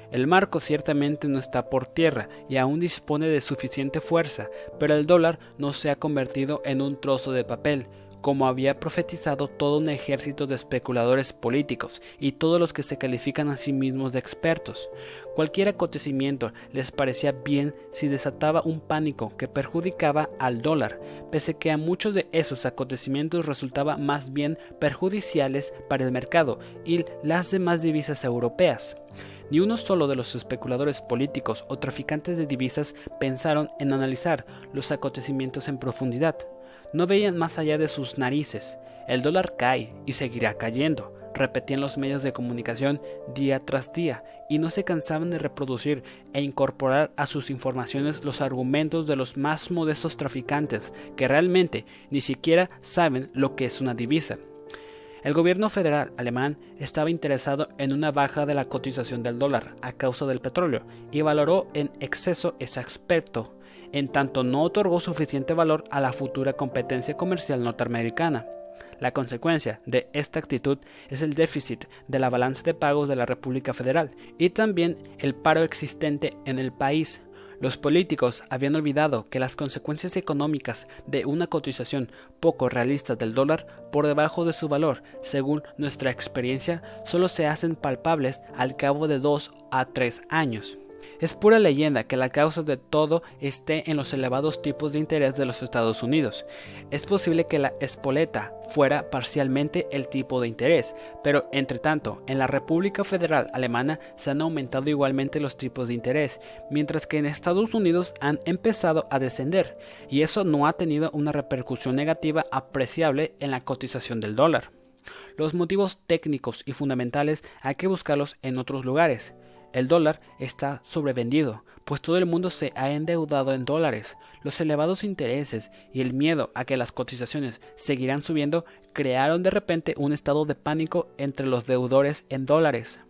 A: El marco ciertamente no está por tierra y aún dispone de suficiente fuerza, pero el dólar no se ha convertido en un trozo de papel, como había profetizado todo un ejército de especuladores políticos y todos los que se califican a sí mismos de expertos. Cualquier acontecimiento les parecía bien si desataba un pánico que perjudicaba al dólar, pese que a muchos de esos acontecimientos resultaba más bien perjudiciales para el mercado y las demás divisas europeas. Ni uno solo de los especuladores políticos o traficantes de divisas pensaron en analizar los acontecimientos en profundidad. No veían más allá de sus narices. El dólar cae y seguirá cayendo, repetían los medios de comunicación día tras día, y no se cansaban de reproducir e incorporar a sus informaciones los argumentos de los más modestos traficantes, que realmente ni siquiera saben lo que es una divisa. El gobierno federal alemán estaba interesado en una baja de la cotización del dólar a causa del petróleo y valoró en exceso ese aspecto, en tanto no otorgó suficiente valor a la futura competencia comercial norteamericana. La consecuencia de esta actitud es el déficit de la balanza de pagos de la República Federal y también el paro existente en el país. Los políticos habían olvidado que las consecuencias económicas de una cotización poco realista del dólar por debajo de su valor, según nuestra experiencia, solo se hacen palpables al cabo de 2 a 3 años. Es pura leyenda que la causa de todo esté en los elevados tipos de interés de los Estados Unidos. Es posible que la espoleta fuera parcialmente el tipo de interés, pero entre tanto, en la República Federal Alemana se han aumentado igualmente los tipos de interés, mientras que en Estados Unidos han empezado a descender, y eso no ha tenido una repercusión negativa apreciable en la cotización del dólar. Los motivos técnicos y fundamentales hay que buscarlos en otros lugares. El dólar está sobrevendido, pues todo el mundo se ha endeudado en dólares. Los elevados intereses y el miedo a que las cotizaciones seguirán subiendo crearon de repente un estado de pánico entre los deudores en dólares.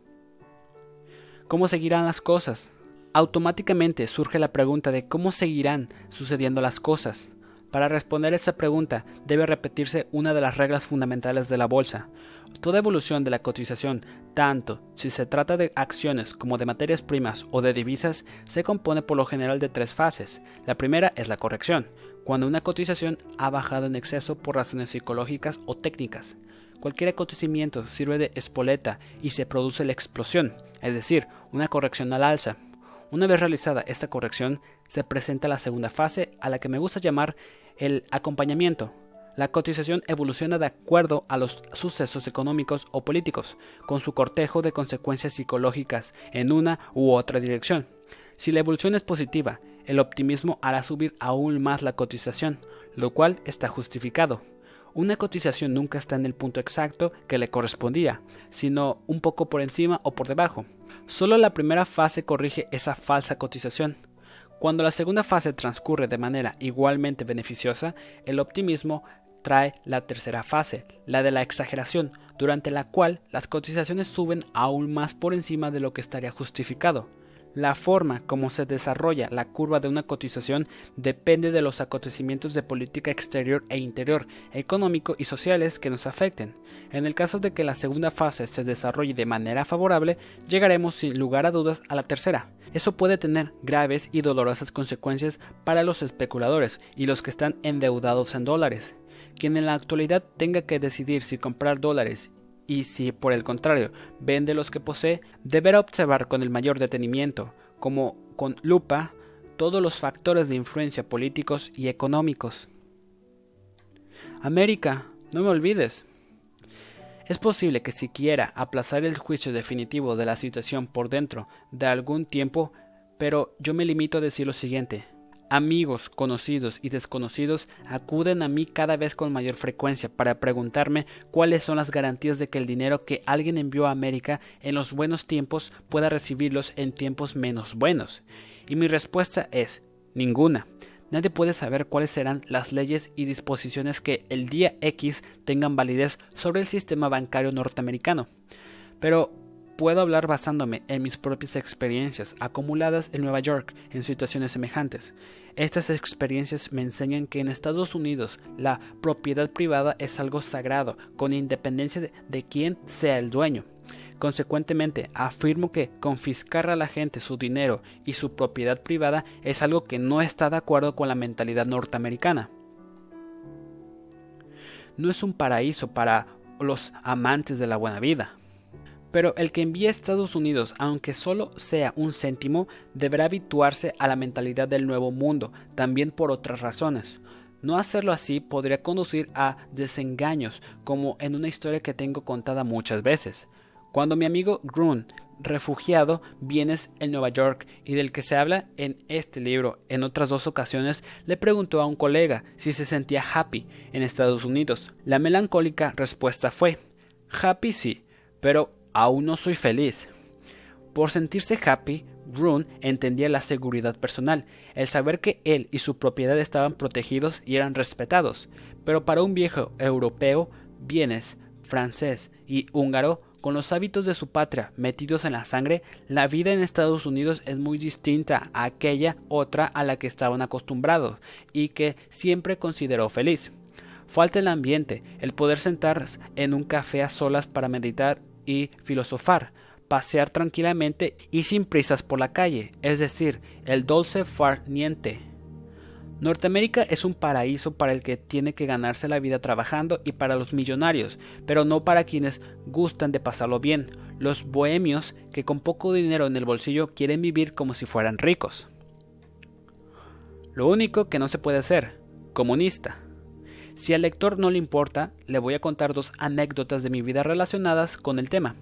A: ¿Cómo seguirán las cosas? Automáticamente surge la pregunta de cómo seguirán sucediendo las cosas. Para responder esa pregunta debe repetirse una de las reglas fundamentales de la bolsa. Toda evolución de la cotización, tanto si se trata de acciones como de materias primas o de divisas, se compone por lo general de 3 fases. La primera es la corrección, cuando una cotización ha bajado en exceso por razones psicológicas o técnicas. Cualquier acontecimiento sirve de espoleta y se produce la explosión, es decir, una corrección al alza. Una vez realizada esta corrección, se presenta la segunda fase, a la que me gusta llamar el acompañamiento. La cotización evoluciona de acuerdo a los sucesos económicos o políticos, con su cortejo de consecuencias psicológicas en una u otra dirección. Si la evolución es positiva, el optimismo hará subir aún más la cotización, lo cual está justificado. Una cotización nunca está en el punto exacto que le correspondía, sino un poco por encima o por debajo. Solo la primera fase corrige esa falsa cotización. Cuando la segunda fase transcurre de manera igualmente beneficiosa, el optimismo trae la tercera fase, la de la exageración, durante la cual las cotizaciones suben aún más por encima de lo que estaría justificado. La forma como se desarrolla la curva de una cotización depende de los acontecimientos de política exterior e interior, económico y sociales que nos afecten. En el caso de que la segunda fase se desarrolle de manera favorable, llegaremos sin lugar a dudas a la tercera. Eso puede tener graves y dolorosas consecuencias para los especuladores y los que están endeudados en dólares. Quien en la actualidad tenga que decidir si comprar dólares y si, por el contrario, vende los que posee, deberá observar con el mayor detenimiento, como con lupa, todos los factores de influencia políticos y económicos. América, no me olvides. Es posible que si quiera aplazar el juicio definitivo de la situación por dentro de algún tiempo, pero yo me limito a decir lo siguiente. Amigos, conocidos y desconocidos acuden a mí cada vez con mayor frecuencia para preguntarme cuáles son las garantías de que el dinero que alguien envió a América en los buenos tiempos pueda recibirlos en tiempos menos buenos. Y mi respuesta es, ninguna. Nadie puede saber cuáles serán las leyes y disposiciones que el día X tengan validez sobre el sistema bancario norteamericano. Pero puedo hablar basándome en mis propias experiencias acumuladas en Nueva York en situaciones semejantes. Estas experiencias me enseñan que en Estados Unidos la propiedad privada es algo sagrado, con independencia de quién sea el dueño. Consecuentemente, afirmo que confiscar a la gente su dinero y su propiedad privada es algo que no está de acuerdo con la mentalidad norteamericana. No es un paraíso para los amantes de la buena vida. Pero el que envíe a Estados Unidos, aunque solo sea un céntimo, deberá habituarse a la mentalidad del nuevo mundo, también por otras razones. No hacerlo así podría conducir a desengaños, como en una historia que tengo contada muchas veces. Cuando mi amigo Grun, refugiado, vienes en Nueva York y del que se habla en este libro en otras 2 ocasiones, le preguntó a un colega si se sentía happy en Estados Unidos. La melancólica respuesta fue: happy sí, pero aún no soy feliz. Por sentirse happy, Grun entendía la seguridad personal, el saber que él y su propiedad estaban protegidos y eran respetados, pero para un viejo europeo, vienes, francés y húngaro, con los hábitos de su patria metidos en la sangre, la vida en Estados Unidos es muy distinta a aquella otra a la que estaban acostumbrados y que siempre consideró feliz. Falta el ambiente, el poder sentarse en un café a solas para meditar y filosofar, pasear tranquilamente y sin prisas por la calle, es decir, el dolce far niente. Norteamérica es un paraíso para el que tiene que ganarse la vida trabajando y para los millonarios, pero no para quienes gustan de pasarlo bien, los bohemios que con poco dinero en el bolsillo quieren vivir como si fueran ricos. Lo único que no se puede ser, comunista. Si al lector no le importa, le voy a contar 2 anécdotas de mi vida relacionadas con el tema.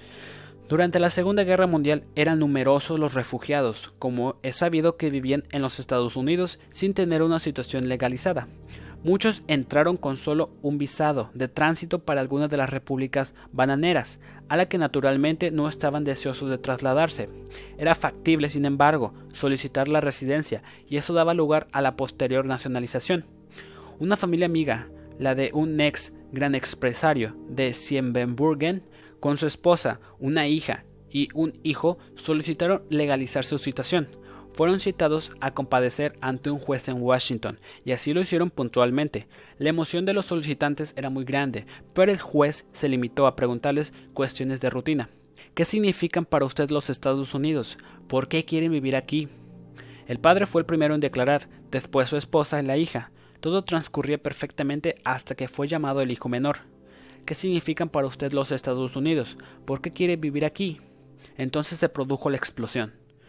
A: Durante la Segunda Guerra Mundial eran numerosos los refugiados, como es sabido, que vivían en los Estados Unidos sin tener una situación legalizada. Muchos entraron con solo un visado de tránsito para algunas de las repúblicas bananeras, a la que naturalmente no estaban deseosos de trasladarse. Era factible, sin embargo, solicitar la residencia, y eso daba lugar a la posterior nacionalización. Una familia amiga, la de un gran empresario de Siebenbürgen, con su esposa, una hija y un hijo, solicitaron legalizar su situación. Fueron citados a comparecer ante un juez en Washington, y así lo hicieron puntualmente. La emoción de los solicitantes era muy grande, pero el juez se limitó a preguntarles cuestiones de rutina. ¿Qué significan para usted los Estados Unidos? ¿Por qué quieren vivir aquí? El padre fue el primero en declarar, después su esposa y la hija. Todo transcurría perfectamente hasta que fue llamado el hijo menor. ¿Qué significan para usted los Estados Unidos? ¿Por qué quiere vivir aquí? Entonces se produjo la explosión.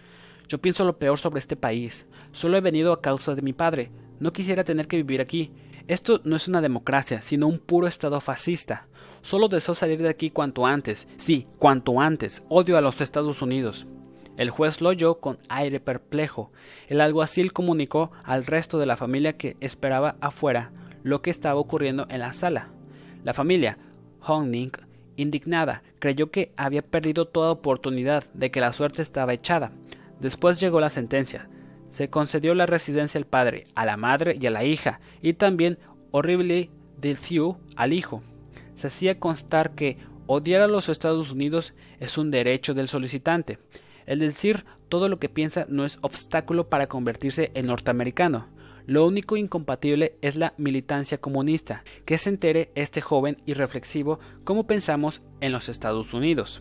A: Yo pienso lo peor sobre este país. Solo he venido a causa de mi padre. No quisiera tener que vivir aquí. Esto no es una democracia, sino un puro estado fascista. Solo deseo salir de aquí cuanto antes. Sí, cuanto antes. Odio a los Estados Unidos. El juez lo oyó con aire perplejo. El alguacil comunicó al resto de la familia que esperaba afuera lo que estaba ocurriendo en la sala. La familia Honning, indignada, creyó que había perdido toda oportunidad, de que la suerte estaba echada. Después llegó la sentencia. Se concedió la residencia al padre, a la madre y a la hija, y también, horrible deciu, al hijo. Se hacía constar que odiar a los Estados Unidos es un derecho del solicitante. El decir todo lo que piensa no es obstáculo para convertirse en norteamericano. Lo único incompatible es la militancia comunista, que se entere este joven y reflexivo cómo pensamos en los Estados Unidos.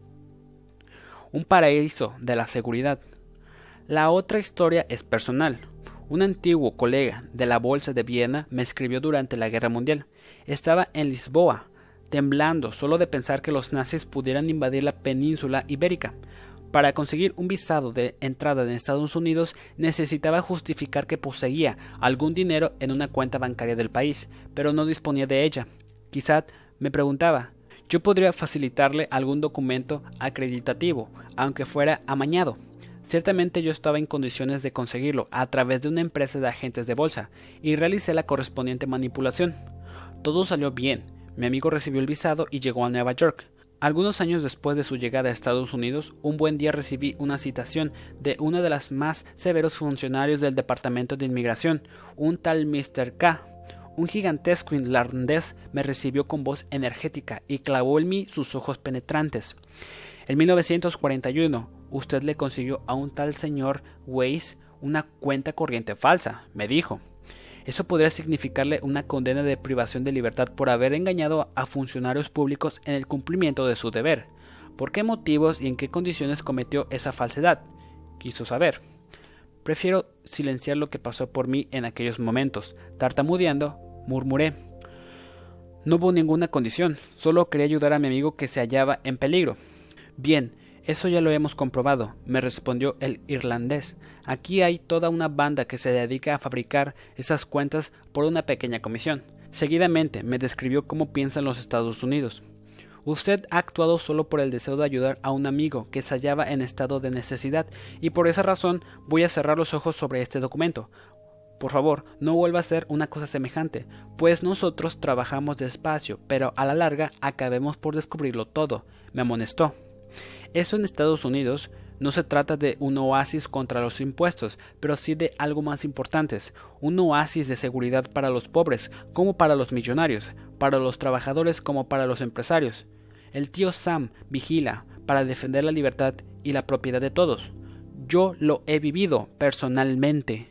A: Un paraíso de la seguridad. La otra historia es personal. Un antiguo colega de la Bolsa de Viena me escribió durante la Guerra Mundial. Estaba en Lisboa, temblando solo de pensar que los nazis pudieran invadir la península ibérica. Para conseguir un visado de entrada en Estados Unidos necesitaba justificar que poseía algún dinero en una cuenta bancaria del país, pero no disponía de ella. Quizá, me preguntaba, yo podría facilitarle algún documento acreditativo, aunque fuera amañado. Ciertamente yo estaba en condiciones de conseguirlo a través de una empresa de agentes de bolsa, y realicé la correspondiente manipulación. Todo salió bien. Mi amigo recibió el visado y llegó a Nueva York. Algunos años después de su llegada a Estados Unidos, un buen día recibí una citación de uno de los más severos funcionarios del Departamento de Inmigración, un tal Mr. K. Un gigantesco irlandés me recibió con voz enérgica y clavó en mí sus ojos penetrantes. En 1941, usted le consiguió a un tal señor Weiss una cuenta corriente falsa, me dijo. Eso podría significarle una condena de privación de libertad por haber engañado a funcionarios públicos en el cumplimiento de su deber. ¿Por qué motivos y en qué condiciones cometió esa falsedad? Quiso saber. Prefiero silenciar lo que pasó por mí en aquellos momentos. Tartamudeando, murmuré. No hubo ninguna condición, solo quería ayudar a mi amigo que se hallaba en peligro. Bien, eso ya lo hemos comprobado, me respondió el irlandés. Aquí hay toda una banda que se dedica a fabricar esas cuentas por una pequeña comisión. Seguidamente me describió cómo piensan los Estados Unidos. Usted ha actuado solo por el deseo de ayudar a un amigo que se hallaba en estado de necesidad y por esa razón voy a cerrar los ojos sobre este documento. Por favor, no vuelva a hacer una cosa semejante, pues nosotros trabajamos despacio, pero a la larga acabemos por descubrirlo todo, me amonestó. Eso en Estados Unidos no se trata de un oasis contra los impuestos, pero sí de algo más importantes, un oasis de seguridad para los pobres como para los millonarios, para los trabajadores como para los empresarios. El tío Sam vigila para defender la libertad y la propiedad de todos. Yo lo he vivido personalmente.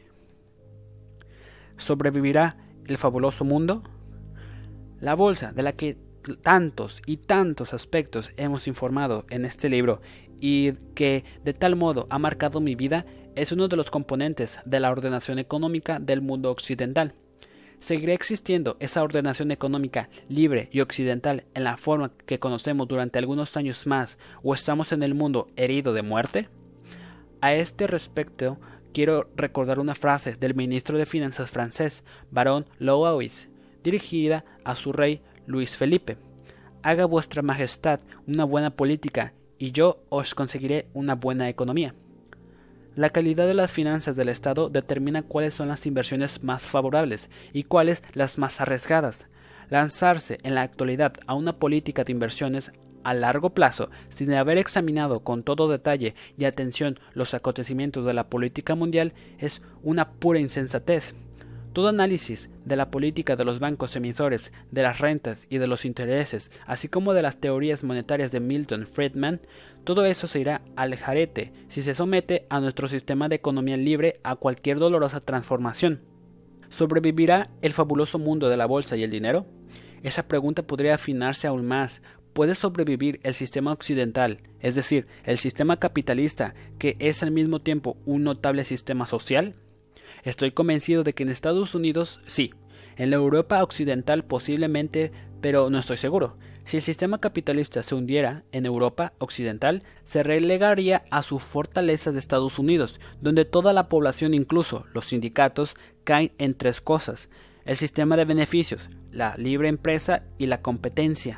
A: ¿Sobrevivirá el fabuloso mundo? La bolsa de la que tantos y tantos aspectos hemos informado en este libro y que de tal modo ha marcado mi vida es uno de los componentes de la ordenación económica del mundo occidental. ¿Seguirá existiendo esa ordenación económica libre y occidental en la forma que conocemos durante algunos años más o estamos en el mundo herido de muerte? A este respecto quiero recordar una frase del ministro de Finanzas francés, Barón Louis, dirigida a su rey Luis Felipe. Haga vuestra majestad una buena política y yo os conseguiré una buena economía. La calidad de las finanzas del Estado determina cuáles son las inversiones más favorables y cuáles las más arriesgadas. Lanzarse en la actualidad a una política de inversiones a largo plazo sin haber examinado con todo detalle y atención los acontecimientos de la política mundial es una pura insensatez. Todo análisis de la política de los bancos emisores, de las rentas y de los intereses, así como de las teorías monetarias de Milton Friedman, todo eso se irá al jarete si se somete a nuestro sistema de economía libre a cualquier dolorosa transformación. ¿Sobrevivirá el fabuloso mundo de la bolsa y el dinero? Esa pregunta podría afinarse aún más. ¿Puede sobrevivir el sistema occidental, es decir, el sistema capitalista, que es al mismo tiempo un notable sistema social? Estoy convencido de que en Estados Unidos sí, en la Europa occidental posiblemente, pero no estoy seguro. Si el sistema capitalista se hundiera en Europa occidental, se relegaría a su fortaleza de Estados Unidos, donde toda la población, incluso los sindicatos, caen en tres cosas: el sistema de beneficios, la libre empresa y la competencia.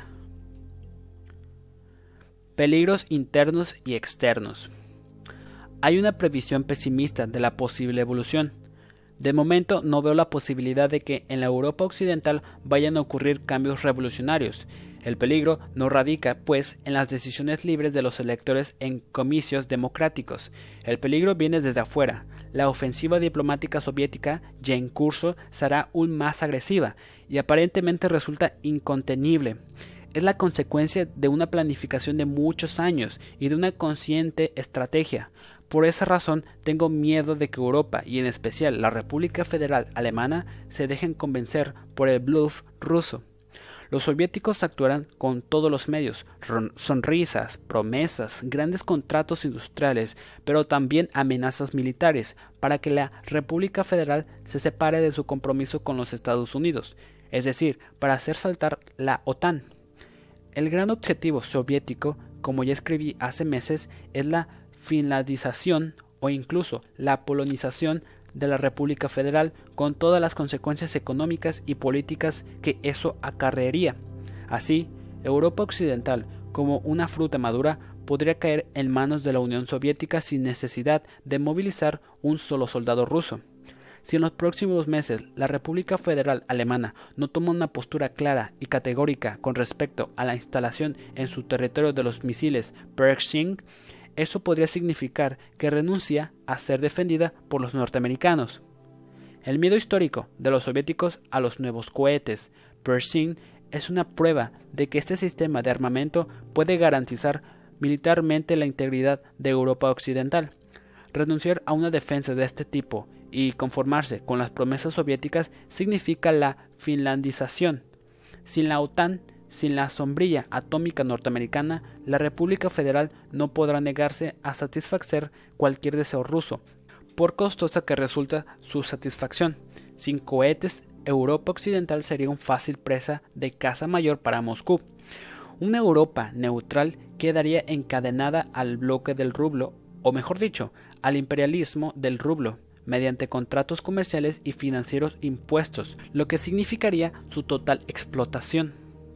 A: Peligros internos y externos. Hay una previsión pesimista de la posible evolución. De momento no veo la posibilidad de que en la Europa occidental vayan a ocurrir cambios revolucionarios. El peligro no radica, pues, en las decisiones libres de los electores en comicios democráticos. El peligro viene desde afuera. La ofensiva diplomática soviética, ya en curso, será aún más agresiva y aparentemente resulta incontenible. Es la consecuencia de una planificación de muchos años y de una consciente estrategia. Por esa razón tengo miedo de que Europa y en especial la República Federal Alemana se dejen convencer por el bluff ruso. Los soviéticos actuarán con todos los medios, sonrisas, promesas, grandes contratos industriales, pero también amenazas militares, para que la República Federal se separe de su compromiso con los Estados Unidos, es decir, para hacer saltar la OTAN. El gran objetivo soviético, como ya escribí hace meses, es la finlandización o incluso la polonización de la República Federal, con todas las consecuencias económicas y políticas que eso acarrearía. Así, Europa Occidental, como una fruta madura, podría caer en manos de la Unión Soviética sin necesidad de movilizar un solo soldado ruso. Si en los próximos meses la República Federal Alemana no toma una postura clara y categórica con respecto a la instalación en su territorio de los misiles Pershing, eso podría significar que renuncia a ser defendida por los norteamericanos. El miedo histórico de los soviéticos a los nuevos cohetes Pershing es una prueba de que este sistema de armamento puede garantizar militarmente la integridad de Europa Occidental. Renunciar a una defensa de este tipo y conformarse con las promesas soviéticas significa la finlandización. Sin la OTAN Sin la sombrilla atómica norteamericana, la República Federal no podrá negarse a satisfacer cualquier deseo ruso, por costosa que resulta su satisfacción. Sin cohetes, Europa Occidental sería un fácil presa de caza mayor para Moscú. Una Europa neutral quedaría encadenada al bloque del rublo, o mejor dicho, al imperialismo del rublo, mediante contratos comerciales y financieros impuestos, lo que significaría su total explotación.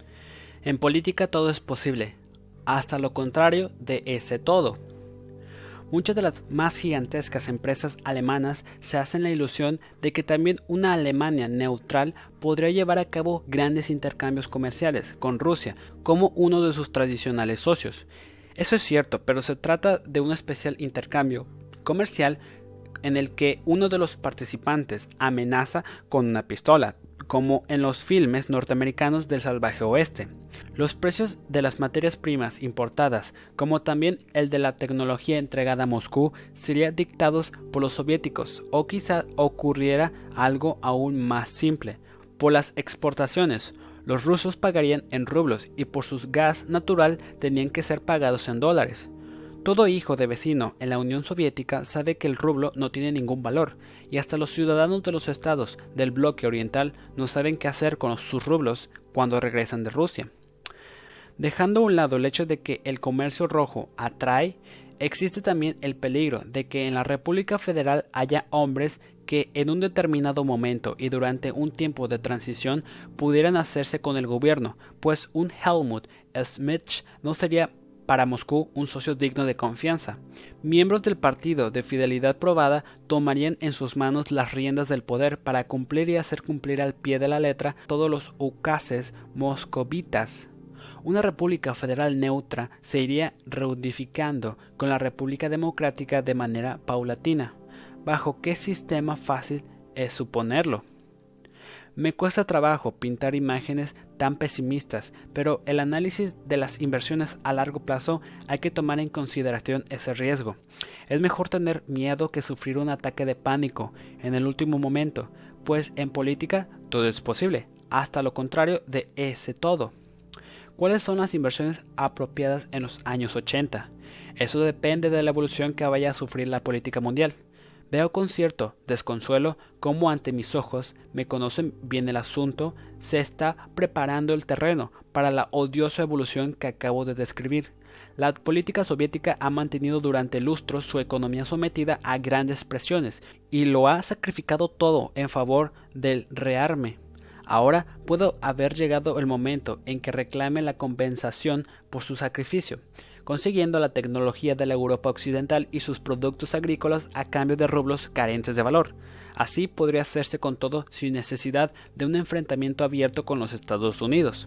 A: En política todo es posible, hasta lo contrario de ese todo. Muchas de las más gigantescas empresas alemanas se hacen la ilusión de que también una Alemania neutral podría llevar a cabo grandes intercambios comerciales con Rusia como uno de sus tradicionales socios. Eso es cierto, pero se trata de un especial intercambio comercial en el que uno de los participantes amenaza con una pistola, como en los filmes norteamericanos del salvaje oeste. Los precios de las materias primas importadas, como también el de la tecnología entregada a Moscú, serían dictados por los soviéticos, o quizá ocurriera algo aún más simple. Por las exportaciones, los rusos pagarían en rublos y por su gas natural tenían que ser pagados en dólares. Todo hijo de vecino en la Unión Soviética sabe que el rublo no tiene ningún valor, y hasta los ciudadanos de los estados del bloque oriental no saben qué hacer con sus rublos cuando regresan de Rusia. Dejando a un lado el hecho de que el comercio rojo atrae, existe también el peligro de que en la República Federal haya hombres que en un determinado momento y durante un tiempo de transición pudieran hacerse con el gobierno, pues un Helmut Schmidt no sería para Moscú un socio digno de confianza. Miembros del partido de fidelidad probada tomarían en sus manos las riendas del poder para cumplir y hacer cumplir al pie de la letra todos los ukases moscovitas. Una república federal neutra se iría reunificando con la república democrática de manera paulatina. ¿Bajo qué sistema fácil es suponerlo? Me cuesta trabajo pintar imágenes tan pesimistas, pero el análisis de las inversiones a largo plazo hay que tomar en consideración ese riesgo. Es mejor tener miedo que sufrir un ataque de pánico en el último momento, pues en política todo es posible, hasta lo contrario de ese todo. ¿Cuáles son las inversiones apropiadas en los años 80? Eso depende de la evolución que vaya a sufrir la política mundial. Veo con cierto desconsuelo cómo ante mis ojos, me conocen bien el asunto, se está preparando el terreno para la odiosa evolución que acabo de describir. La política soviética ha mantenido durante lustros su economía sometida a grandes presiones y lo ha sacrificado todo en favor del rearme. Ahora puede haber llegado el momento en que reclame la compensación por su sacrificio, consiguiendo la tecnología de la Europa occidental y sus productos agrícolas a cambio de rublos carentes de valor. Así podría hacerse con todo sin necesidad de un enfrentamiento abierto con los Estados Unidos.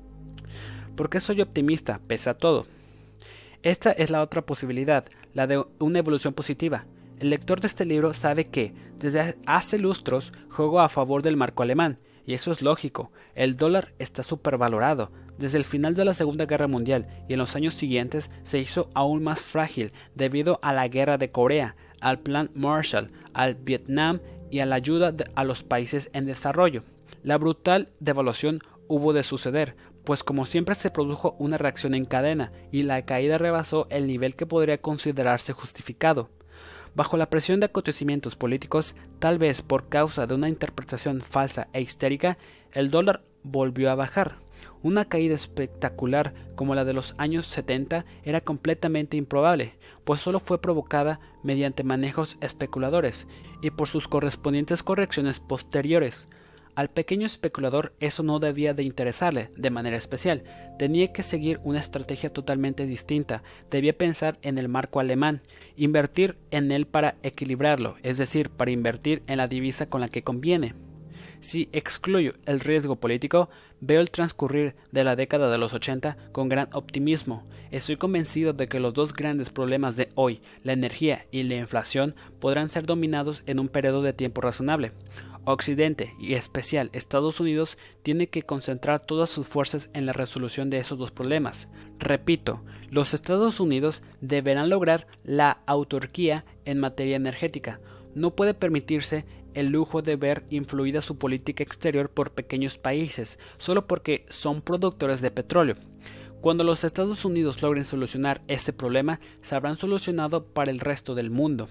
A: ¿Por qué soy optimista pese a todo? Esta es la otra posibilidad, la de una evolución positiva. El lector de este libro sabe que, desde hace lustros, juego a favor del marco alemán, y eso es lógico. El dólar está supervalorado. Desde el final de la Segunda Guerra Mundial y en los años siguientes se hizo aún más frágil debido a la guerra de Corea, al Plan Marshall, al Vietnam y a la ayuda a los países en desarrollo. La brutal devaluación hubo de suceder, pues como siempre se produjo una reacción en cadena y la caída rebasó el nivel que podría considerarse justificado. Bajo la presión de acontecimientos políticos, tal vez por causa de una interpretación falsa e histérica, el dólar volvió a bajar. Una caída espectacular como la de los años 70 era completamente improbable, pues solo fue provocada mediante manejos especuladores y por sus correspondientes correcciones posteriores. Al pequeño especulador eso no debía de interesarle de manera especial, tenía que seguir una estrategia totalmente distinta, debía pensar en el marco alemán, invertir en él para equilibrarlo, es decir, para invertir en la divisa con la que conviene. Si excluyo el riesgo político, veo el transcurrir de la década de los 80 con gran optimismo. Estoy convencido de que los dos grandes problemas de hoy, la energía y la inflación, podrán ser dominados en un periodo de tiempo razonable. Occidente, y en especial Estados Unidos, tiene que concentrar todas sus fuerzas en la resolución de esos dos problemas. Repito, los Estados Unidos deberán lograr la autarquía en materia energética. No puede permitirse el lujo de ver influida su política exterior por pequeños países, solo porque son productores de petróleo. Cuando los Estados Unidos logren solucionar este problema, se habrán solucionado para el resto del mundo.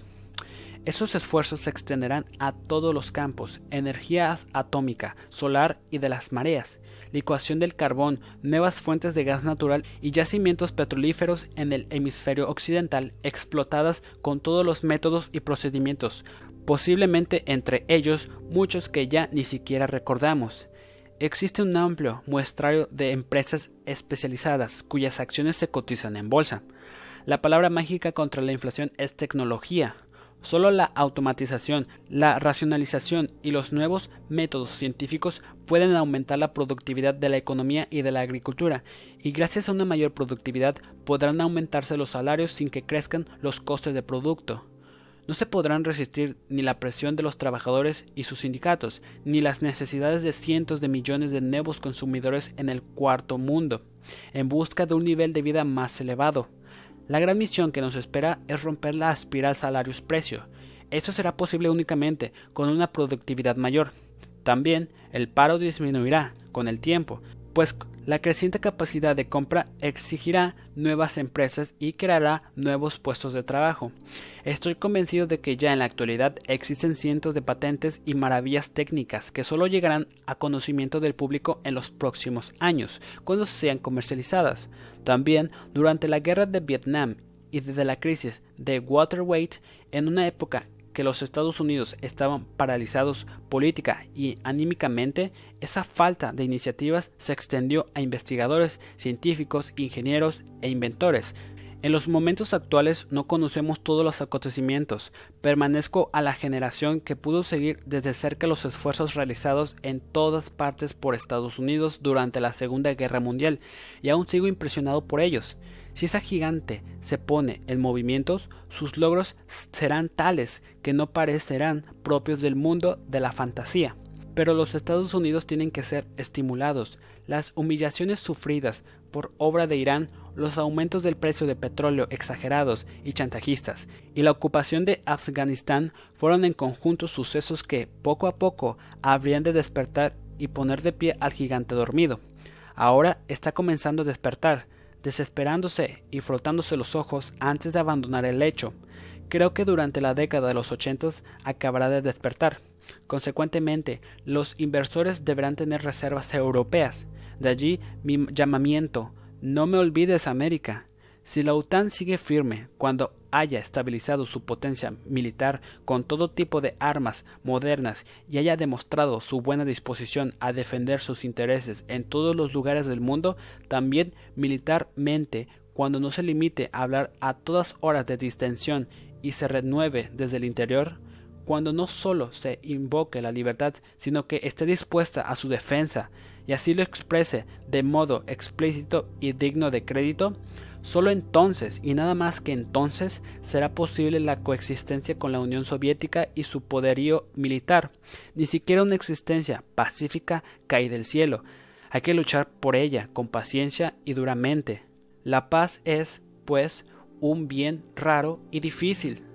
A: Esos esfuerzos se extenderán a todos los campos: energía atómica, solar y de las mareas, licuación del carbón, nuevas fuentes de gas natural y yacimientos petrolíferos en el hemisferio occidental explotadas con todos los métodos y procedimientos, posiblemente entre ellos muchos que ya ni siquiera recordamos. Existe un amplio muestrario de empresas especializadas cuyas acciones se cotizan en bolsa. La palabra mágica contra la inflación es tecnología. Solo la automatización, la racionalización y los nuevos métodos científicos pueden aumentar la productividad de la economía y de la agricultura, y gracias a una mayor productividad podrán aumentarse los salarios sin que crezcan los costes de producto. No se podrán resistir ni la presión de los trabajadores y sus sindicatos, ni las necesidades de cientos de millones de nuevos consumidores en el cuarto mundo, en busca de un nivel de vida más elevado. La gran misión que nos espera es romper la espiral salarios-precio. Esto será posible únicamente con una productividad mayor. También el paro disminuirá con el tiempo, pues la creciente capacidad de compra exigirá nuevas empresas y creará nuevos puestos de trabajo. Estoy convencido de que ya en la actualidad existen cientos de patentes y maravillas técnicas que solo llegarán a conocimiento del público en los próximos años, cuando sean comercializadas. También, durante la guerra de Vietnam y desde la crisis de Watergate, en una época que los Estados Unidos estaban paralizados política y anímicamente, esa falta de iniciativas se extendió a investigadores, científicos, ingenieros e inventores. En los momentos actuales no conocemos todos los acontecimientos. Pertenezco a la generación que pudo seguir desde cerca los esfuerzos realizados en todas partes por Estados Unidos durante la Segunda Guerra Mundial, y aún sigo impresionado por ellos. Si esa gigante se pone en movimiento, sus logros serán tales que no parecerán propios del mundo de la fantasía. Pero los Estados Unidos tienen que ser estimulados. Las humillaciones sufridas por obra de Irán, los aumentos del precio de petróleo exagerados y chantajistas, y la ocupación de Afganistán fueron en conjunto sucesos que, poco a poco, habrían de despertar y poner de pie al gigante dormido. Ahora está comenzando a despertar, desesperándose y frotándose los ojos antes de abandonar el lecho. Creo que durante la década de los 80 acabará de despertar. Consecuentemente, los inversores deberán tener reservas europeas. De allí mi llamamiento: no me olvides, América. Si la OTAN sigue firme cuando haya estabilizado su potencia militar con todo tipo de armas modernas y haya demostrado su buena disposición a defender sus intereses en todos los lugares del mundo, también militarmente, cuando no se limite a hablar a todas horas de distensión y se renueve desde el interior, cuando no solo se invoque la libertad, sino que esté dispuesta a su defensa y así lo exprese de modo explícito y digno de crédito, solo entonces y nada más que entonces será posible la coexistencia con la Unión Soviética y su poderío militar. Ni siquiera una existencia pacífica cae del cielo. Hay que luchar por ella con paciencia y duramente. La paz es, pues, un bien raro y difícil.